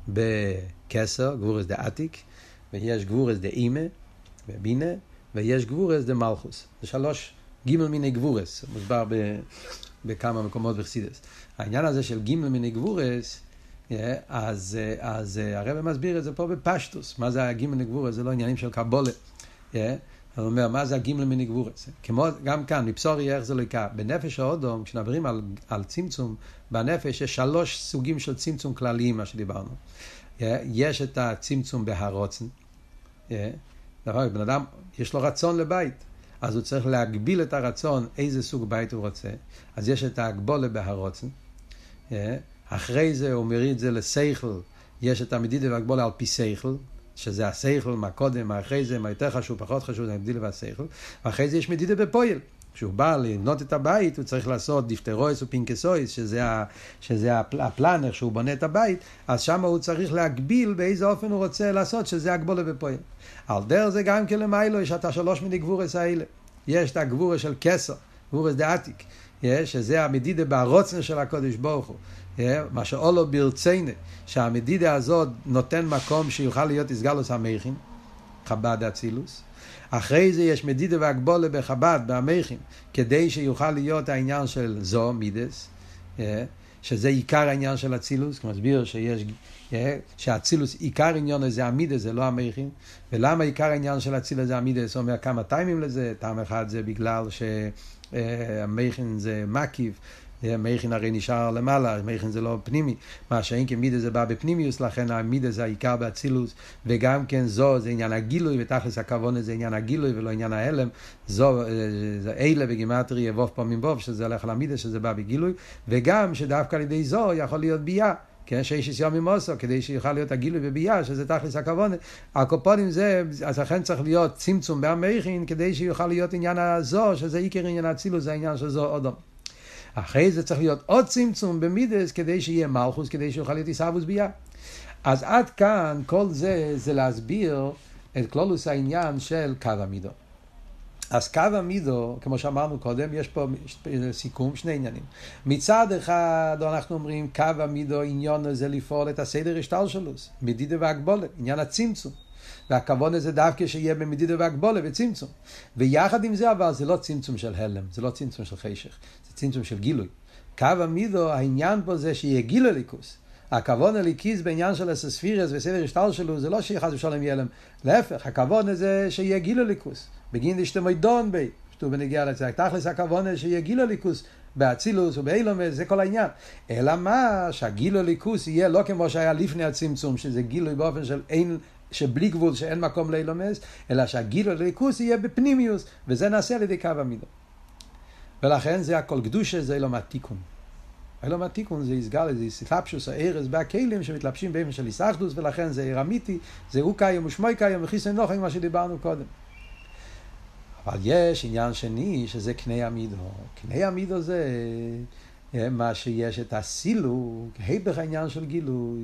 בקסר, גבורס דה עתיק, ויש גבורס דה אימה, בבינה, ויש גבורס דה מלכוס. זה שלוש גימל מיני גבורס, מוסבר בכמה מקומות בחסידות. העניין הזה של גימל מיני גבורס, אז, אז הרב מסביר את זה פה בפשטוס. מה זה הגימל מיני גבורס? זה לא עניינים של קבולה. הוא אומר, מה זה הגימל מיני גבורס? כמו גם כאן, מבשורי איך זה לא יקרה. בנפש האודום, כשנדברים על, על צמצום, בנפש יש שלוש סוגים של צמצום כלליים, מה שדיברנו. יש את הצמצום בהרוצן. בן אדם, יש לו רצון לבית. אז הוא צריך להגביל את הרצון איזה סוג בית הוא רוצה. אז יש את ההגבולה בהרוצן. אחרי זה הוא מריד זה לשכל. יש את המדידה והגבולה על פי שכל, שזה השכל, מה קודם, מה אחרי זה, מה יותר חשוב, פחות חשוב, זה המדידה והשכל. ואחרי זה יש מדידה בפועל. כשהוא בא לבנות את הבית, הוא צריך לעשות דיפטרויס ופינקסויס, שזה, ה, שזה הפלנר שהוא בונה את הבית, אז שם הוא צריך להגביל באיזה אופן הוא רוצה לעשות, שזה הגבולה בפועל. על דרך זה גם כן למיילו, יש את השלוש מיני גבורס האלה. יש את הגבורס של כסר, גבורס דעתיק, שזה המדידה בהרוצנה של הקודש ברוך הוא. מה שאולו ברציינה, שהמדידה הזאת נותן מקום שיוכל להיות הסגלוס המכין, חב"ד אצילוס. אחרי זה יש מדידה והגבולה בחב"ד, במכין, כדי שיוכל להיות העניין של זו, מידס, שזה עיקר העניין של אצילוס, כמו מסביר שיש, שהאצילוס, עיקר עניין זה המידס, זה לא המכין. ולמה עיקר העניין של אצילוס זה המידס? אומר כמה טיימים לזה. טעם אחד זה בגלל שהמכין זה מקיף, מייכין הרי נשאר למעלה, מייכין זה לא פנימי, מה שאין כמידה זה בא בפנימיוס, לכן המידה זה העיקר באצילוס, וגם כן זו זה עניין הגילוי, ותכלס הכוונה זה עניין הגילוי ולא עניין ההלם. זו זה אלה בגימטרי יבוב פעמים בוב, שזה הולך על המידה שזה בא בגילוי, וגם שדווקא על ידי זו יכול להיות ביה, כן, שיש יום ממוסו, כדי שיוכל להיות הגילוי בביה, שזה תכלס הכוונה. הקופונים זה, אז לכן צריך להיות צמצום בהמייכין, כדי שיוכל להיות עניין הזו, שזה עיקר עניין האצילוס, זה העניין של זו אודום. אחרי זה צריך להיות עוד צמצום במידס, כדי שיהיה מלכוס, כדי שיוכל להיות איסאבוס ביה. אז עד כאן, כל זה, זה להסביר את כלולוס העניין של קו המידו. אז קו המידו, כמו שאמרנו קודם, יש פה סיכום, שני עניינים. מצד אחד, אנחנו אומרים, קו המידו, עניין זה לפעול את הסדר השתלשלוס, מדידה והגבולה, עניין הצמצום. והכוון הזה דווקא שיהיה במדידה והגבולה וצמצום. ויחד עם זה, אבל זה לא צמצום של הלם, זה לא צמצום של חשך, זה צמצום של גילוי. קו המידו, העניין פה זה שיהיה גילוי ליכוס. הכוון הליקיס בעניין של הספירס וסדר השטל שלו, זה לא שיחד ושלם ילם. להפך, הכוון הזה שיהיה גילוי ליכוס. בגין דשתמוי דון בי, שתו בנגיע לצעק. תכלס הכוון הזה שיהיה גילוי ליכוס. באצילוס ובאילומס, זה כל העניין. אלא מה? שהגילוי ליכוס יהיה לא כמו שהיה לפני הצמצום, שזה גילוי באופן של אין, שבלי גבול, שאין מקום לאילומס, אלא שהגילוי ליכוס יהיה בפנימיוס, וזה נעשה על ידי קו המידו. ולכן זה הכל קדושה, זה אילום התיקון. אילום התיקון זה יסגל, זה יסלפשוס, הארז בהכלים שמתלבשים באופן של יסחדוס, ולכן זה עיר אמיתי, זה הוא קיים ושמוי קיים, וחיסן נוחם, מה שדיברנו קודם. אבל יש עניין שני שזה קנה המידו. קנה המידו זה מה שיש את הסילוק, היפך העניין של גילוי,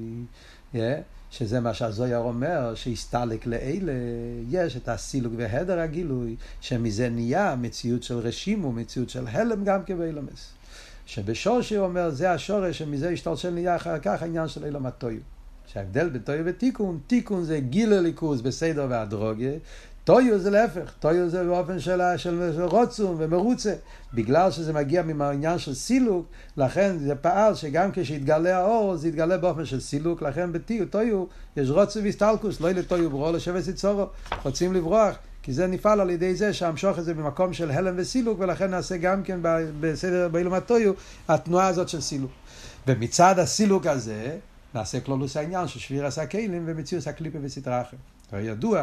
שזה מה שהזויר אומר, שהסתלק לאלה, יש את הסילוק והדר הגילוי, שמזה נהיה מציאות של רשימו, מציאות של הלם גם כבאילומס. שבשורש הוא אומר, זה השורש שמזה השתלשל נהיה אחר כך העניין של אילום הטויו. שההבדל בין טויו ותיקון, תיקון זה גיל ליכוז בסדר והדרוגיה, טויו זה להפך, טויו זה באופן של, של, של רוצון ומרוצה, בגלל שזה מגיע מהעניין של סילוק, לכן זה פעל שגם כשהתגלה האור זה יתגלה באופן של סילוק, לכן בטויו יש רוצו והסתלקוס, לא לטויו ברור לשבס יצורו, רוצים לברוח, כי זה נפעל על ידי זה שהמשוך את זה במקום של הלם וסילוק, ולכן נעשה גם כן בסדר באילום הטויו התנועה הזאת של סילוק. ומצד הסילוק הזה נעשה כלולוס העניין של שביר עשה כלים ומציאוס הקליפה וסתרה אחר. ידוע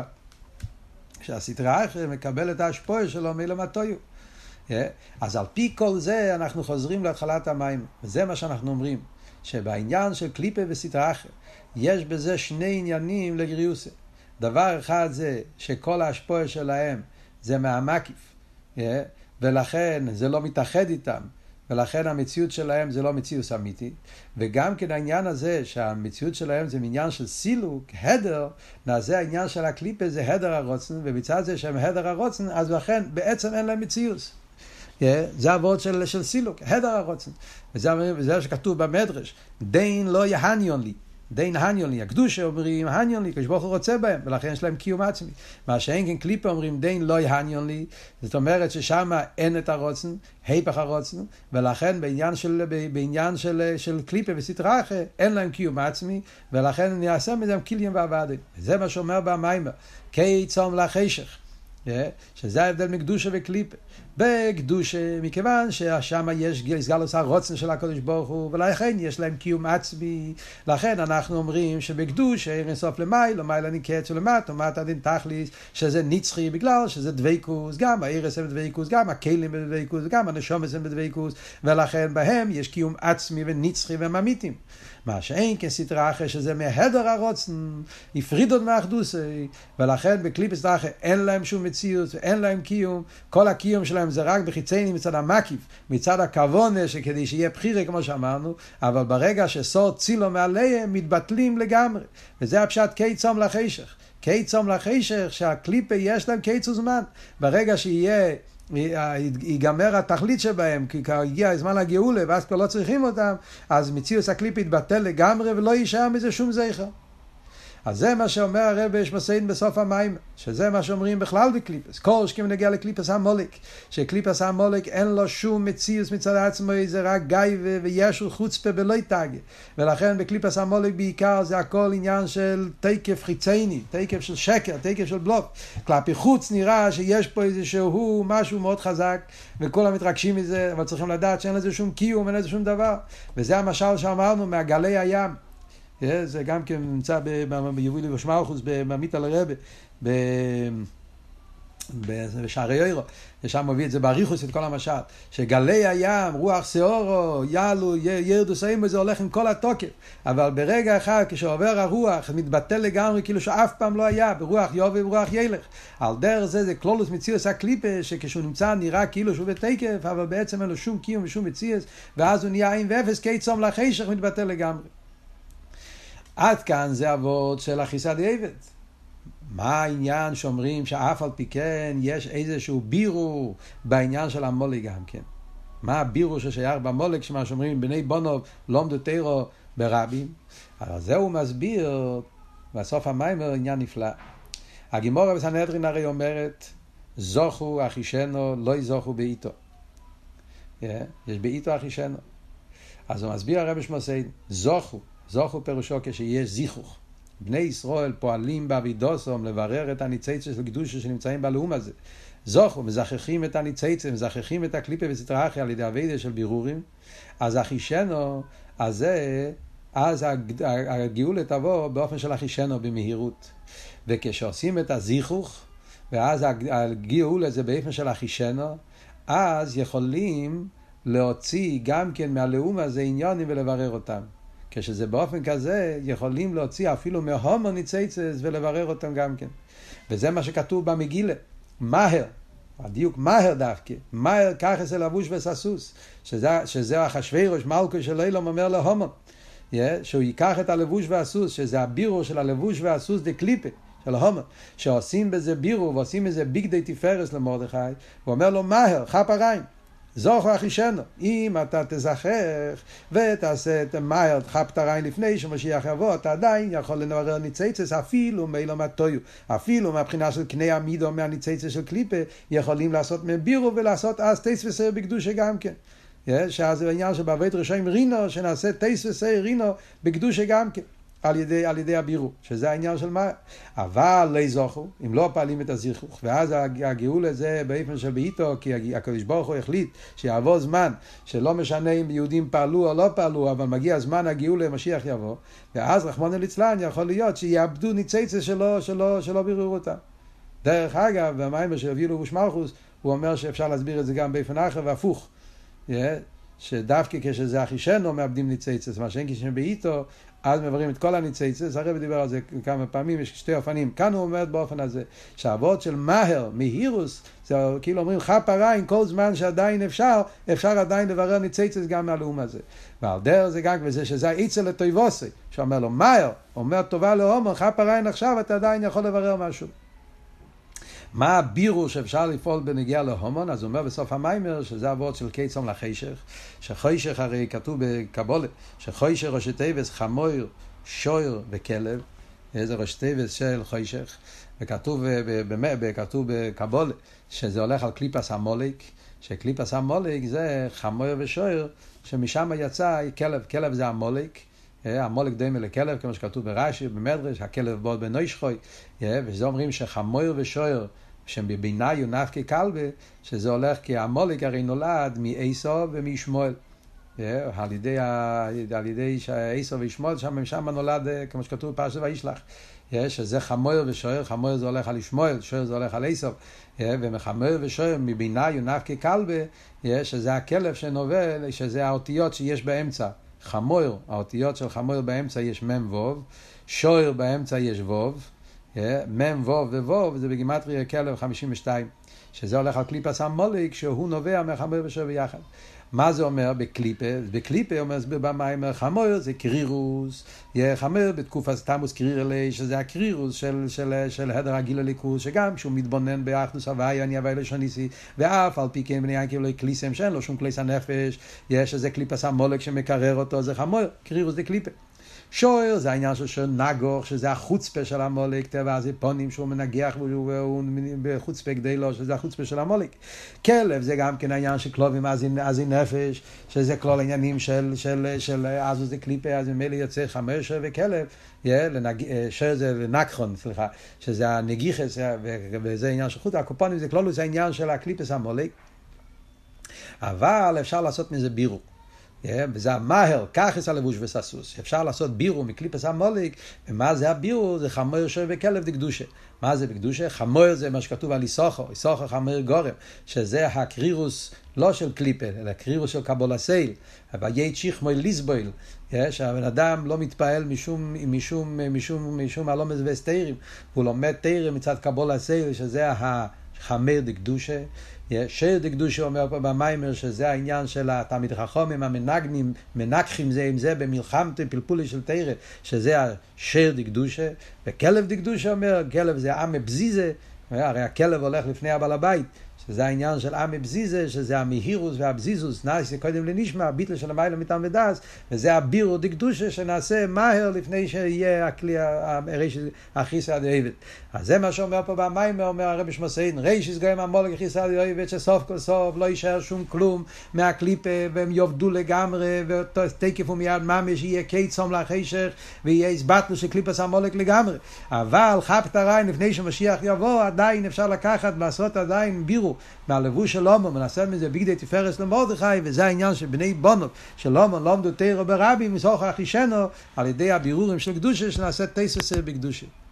שהסתרה אחר מקבל את ההשפועה שלו מאילום הטויו. אז על פי כל זה אנחנו חוזרים להתחלת המים, וזה מה שאנחנו אומרים, שבעניין של קליפה וסתרה אחר יש בזה שני עניינים לגריוסה. דבר אחד זה שכל ההשפועה שלהם זה מהמקיף, ולכן זה לא מתאחד איתם, ולכן המציאות שלהם זה לא מציאות אמיתית, וגם כן העניין הזה שהמציאות שלהם זה עניין של סילוק, הדר, זה העניין של הקליפה זה הדר הרוצן, ובצד זה שהם הדר הרוצן, אז לכן בעצם אין להם מציאות. זה העבוד של, של סילוק, הדר הרוצן. וזה, וזה שכתוב במדרש, דין לא יהניון לי. דין הניון לי, הקדושה אומרים הניון לי, כשברוך הוא רוצה בהם, ולכן יש להם קיום עצמי. מה שאין כן קליפה אומרים דין לא הניון לי, זאת אומרת ששם אין את הרוצן, היפך הרוצן, ולכן בעניין של, בעניין של, של קליפה וסתרה אחר, אין להם קיום עצמי, ולכן נעשה מזה קיליום ועבדים. וזה מה שאומר במיימר, כי צום לחשך, שזה ההבדל מקדושה וקליפה. בקדושה, מכיוון ששם יש גלגלוס הרוצן של הקדוש ברוך הוא, ולכן יש להם קיום עצמי, לכן אנחנו אומרים שבקדושה אין סוף למייל, למייל אני קץ ולמט, ומט הדין תכליס, שזה נצחי, בגלל שזה דוויקוס, גם העירס הם דוויקוס, גם הכלים בדוויקוס, גם הנשומס הם בדוויקוס, ולכן בהם יש קיום עצמי ונצחי וממיתים. מה שאין כסתרה אחר שזה מהדר הרוצן, הפרידות מאחדוסי, ולכן בקליפת סתרה אחר אין להם שום מציאות, אין להם קיום, כל הקיום שלהם זה רק בחיצייני מצד המקיף, מצד הכוונה שכדי שיהיה בחירה כמו שאמרנו, אבל ברגע שסוד צילו מעליהם מתבטלים לגמרי, וזה הפשט קי צום לחשך, קי צום לחשך שהקליפה יש להם קי זמן, ברגע שיהיה ייגמר התכלית שבהם, כי הגיע הזמן הגאולה ואז כבר לא צריכים אותם, אז מציאוס הקליפה יתבטל לגמרי ולא יישאר מזה שום זכר. אז זה מה שאומר הרב שמסעין בסוף המים, שזה מה שאומרים בכלל בקליפס. כל שכים נגיע לקליפס המולק, שקליפס המולק אין לו שום מציאוס מצד עצמו, זה רק גיא וישו חוצפה בלא יתגה. ולכן בקליפס המולק בעיקר זה הכל עניין של תקף חיצייני, תקף של שקר, תקף של בלוף. כלפי חוץ נראה שיש פה איזשהו משהו מאוד חזק, וכולם מתרגשים מזה, אבל צריכים לדעת שאין לזה שום קיום, אין לזה שום דבר. וזה המשל שאמרנו מהגלי הים. זה גם כן נמצא ביובילי ושמאוחוס במית על הרבה בשערי יוירו, ושם מביא את זה בעריכוס את כל המשל, שגלי הים, רוח סעורו, יעלו, ירדו סעים, זה הולך עם כל התוקף, אבל ברגע אחד כשעובר הרוח מתבטל לגמרי כאילו שאף פעם לא היה, ברוח יובי וברוח ילך. על דרך זה זה כלולוס מציאוס הקליפה, שכשהוא נמצא נראה כאילו שהוא בתקף, אבל בעצם אין לו שום קיום ושום מציאוס, ואז הוא נהיה אין ואפס, כי צום לחשך מתבטל לגמרי. עד כאן זה עבוד של אחיסת עבד. מה העניין שאומרים שאף על פי כן יש איזשהו בירור בעניין של המולק גם כן? מה הבירור ששייך במולק שמה שאומרים בני בונוב לומדו תירו ברבים? אבל זה הוא מסביר בסוף המיימר עניין נפלא. הגימורה בסנהדרין הרי אומרת זוכו אחישנו לא יזוכו באיתו. יש באיתו אחישנו. אז הוא מסביר הרב שמסעין זוכו זוכו פירושו כשיש זיכוך. בני ישראל פועלים בעבידוסום לברר את הניצייצה של קדושה שנמצאים בלאום הזה. זוכו, מזכחים את הניצייצה, מזכחים את הקליפה וסתרה אחרי על ידי עבודה של בירורים. אז אחישנו, אז זה, אז הגאולה תבוא באופן של אחישנו במהירות. וכשעושים את הזיכוך, ואז הגאולה זה באופן של אחישנו, אז יכולים להוציא גם כן מהלאום הזה עניונים ולברר אותם. כשזה באופן כזה, יכולים להוציא אפילו מהומו ניצייצס ולברר אותם גם כן. וזה מה שכתוב במגילה. מהר, הדיוק מהר דווקא, מהר כך זה לבוש וססוס, שזה, שזה החשוורוש מלכו של אילום אומר להומו, yeah, שהוא ייקח את הלבוש והסוס, שזה הבירו של הלבוש והסוס דה קליפה, של ההומו, שעושים בזה בירו ועושים בזה ביג די תפארס למרדכי, הוא אומר לו מהר, חפ הריים, זוכר אחישנו, אם אתה תזכח ותעשה את מהר, חפ את הריים לפני שמשיח יבוא, אתה עדיין יכול לנברר ניציצס, אפילו מאילו מהטויו, אפילו מהבחינה של קני עמידו מהניציצס של קליפה, יכולים לעשות מבירו ולעשות אז טייס וסייר בקדושה גם כן. שאז זה העניין שבבית רשעים רינו, שנעשה טייס וסייר רינו בקדושה גם כן. על ידי, על ידי הבירו, שזה העניין של מה. אבל לא זוכו, אם לא פעלים את הזיכוך, ואז הגאולה זה באופן של בעיתו, כי הקדוש ברוך הוא החליט שיעבור זמן, שלא משנה אם יהודים פעלו או לא פעלו, אבל מגיע זמן הגאולה, משיח יבוא, ואז רחמנא ליצלן יכול להיות שיאבדו ניציצה שלא, שלא, שלא ביררו אותם. דרך אגב, במיימר של אבילו ושמלכוס, הוא אומר שאפשר להסביר את זה גם באופן אחר והפוך. Yeah. שדווקא כשזה אחישנו מאבדים ניציצס, מה שאין כשהם בעיתו, אז מברים את כל הניציצס, הרב דיבר על זה כמה פעמים, יש שתי אופנים, כאן הוא אומר באופן הזה, שהעבוד של מהר, מהירוס, זה כאילו אומרים חפ הריים, כל זמן שעדיין אפשר, אפשר עדיין לברר ניציצס גם מהלאום הזה. ועל דרך זה גם וזה שזה העיצה לטויבוסי, שאומר לו מהר, אומר טובה להומו, חפ הריים עכשיו אתה עדיין יכול לברר משהו. מה הבירו שאפשר לפעול בנגיע להומון? אז הוא אומר בסוף המיימר שזה עבוד של קיצום לחשך, שחשך הרי כתוב בקבולה, שחשך ראשי תיבס חמור, שויר וכלב, זה ראשי תיבס של חשך, וכתוב כתוב בקבולה שזה הולך על קליפס המולק, שקליפס המולק זה חמור ושויר, שמשם יצא כלב, כלב זה המולק, המולק דומה לכלב, כמו שכתוב ברש"י, במדרש, הכלב בועט בנוישחוי, וזה אומרים שחמור ושויר, שהם בבינה יונף ככלבה, שזה הולך כי המולק הרי נולד מעשו ומשמואל. על ידי, על ידי עשו וישמואל, שם, שם נולד, כמו שכתוב בפרשת וישלח, שזה חמור ושויר, חמור זה הולך על ישמואל, שויר זה הולך על עשו, ומחמור ושויר מבינה יונף ככלבה, שזה הכלב שנובל, שזה האותיות שיש באמצע. חמור, האותיות של חמור באמצע יש מם ווב, שויר באמצע יש ווב, מם ווב וווב, זה בגימטריה כלב חמישים ושתיים, שזה הולך על קליפס המולק, שהוא נובע מחמור ושויר ביחד. מה זה אומר בקליפה? בקליפה אומר במים חמור זה קרירוס, חמור בתקופה תמוס קריר אלי, שזה הקרירוס של, של, של הדר הגיל הליכוס, שגם שהוא מתבונן באחדוס הוואי, אני הוואי לשניסי, ואף על פי כן בני ינקי ולא קליסם שאין לו שום קליס הנפש, יש איזה קליפס המולק שמקרר אותו, זה חמור, קרירוס זה קליפה. שויר זה העניין של שור נגוח, שזה החוצפה של המולק, טבע הזיפונים שהוא מנגח והוא בחוצפה כדי לו, שזה החוצפה של המולק. כלב זה גם כן העניין של כלובים עזי נפש, שזה כלול העניינים של, של, של עזו זה קליפה, אז ממילא יוצא חמש וכלב, שור זה נקחון, סליחה, שזה הנגיחס, וזה העניין של חוט, הקופונים זה כלולו, זה העניין של הקליפס המולק, אבל אפשר לעשות מזה בירו. וזה המהר, כך יש הלבוש וססוס. אפשר לעשות בירו מקליפס המולק, ומה זה הבירו? זה חמור שויר וכלב דקדושה. מה זה בקדושה? חמור זה מה שכתוב על איסוכו, איסוכו חמור גורם, שזה הקרירוס לא של קליפה, אלא הקרירוס של קבולה סייל, ויית שיחמוי ליסבויל, שהבן אדם לא מתפעל משום, משום, משום, משום הלומס וסתירים, הוא לומד תירים מצד קבולה סייל, שזה החמור דקדושה, שיר דקדושה אומר פה במיימר שזה העניין של התלמיד חכמים המנגנים, מנגחים זה עם זה במלחמת פלפולי של תירה, שזה השיר דקדושה, וכלב דקדושה אומר, כלב זה עם בזיזה, הרי הכלב הולך לפני הבעל הבית, שזה העניין של עם בזיזה, שזה המהירוס והבזיזוס, נעשה קודם לנשמע, ביטל של המילה מטעם ודס, וזה הבירו דקדושה שנעשה מהר לפני שיהיה הכלי הריש החיסא דאיבד. אז זה מה שאומר פה במים, אומר הרב שמוסיין, ריש יסגויים המולק החיסא דאיבד, שסוף כל סוף לא יישאר שום כלום מהקליפה, והם יובדו לגמרי, ותקפו מיד ממש, יהיה קיצום לחשך, ויהיה הסבטנו של קליפס המולק לגמרי. אבל חפת הרעין לפני שמשיח יבוא, עדיין אפשר לקחת, לעשות עדיין בירו, מהלבוש של לומון, מנסה מזה בגדי תפארס למרדכי, וזה העניין של בני בונות, של לומון למדו תורה ברבים, מסוך אחישנו, על ידי הבירורים של קדושה, שנעשה תשע עשרה בקדושה.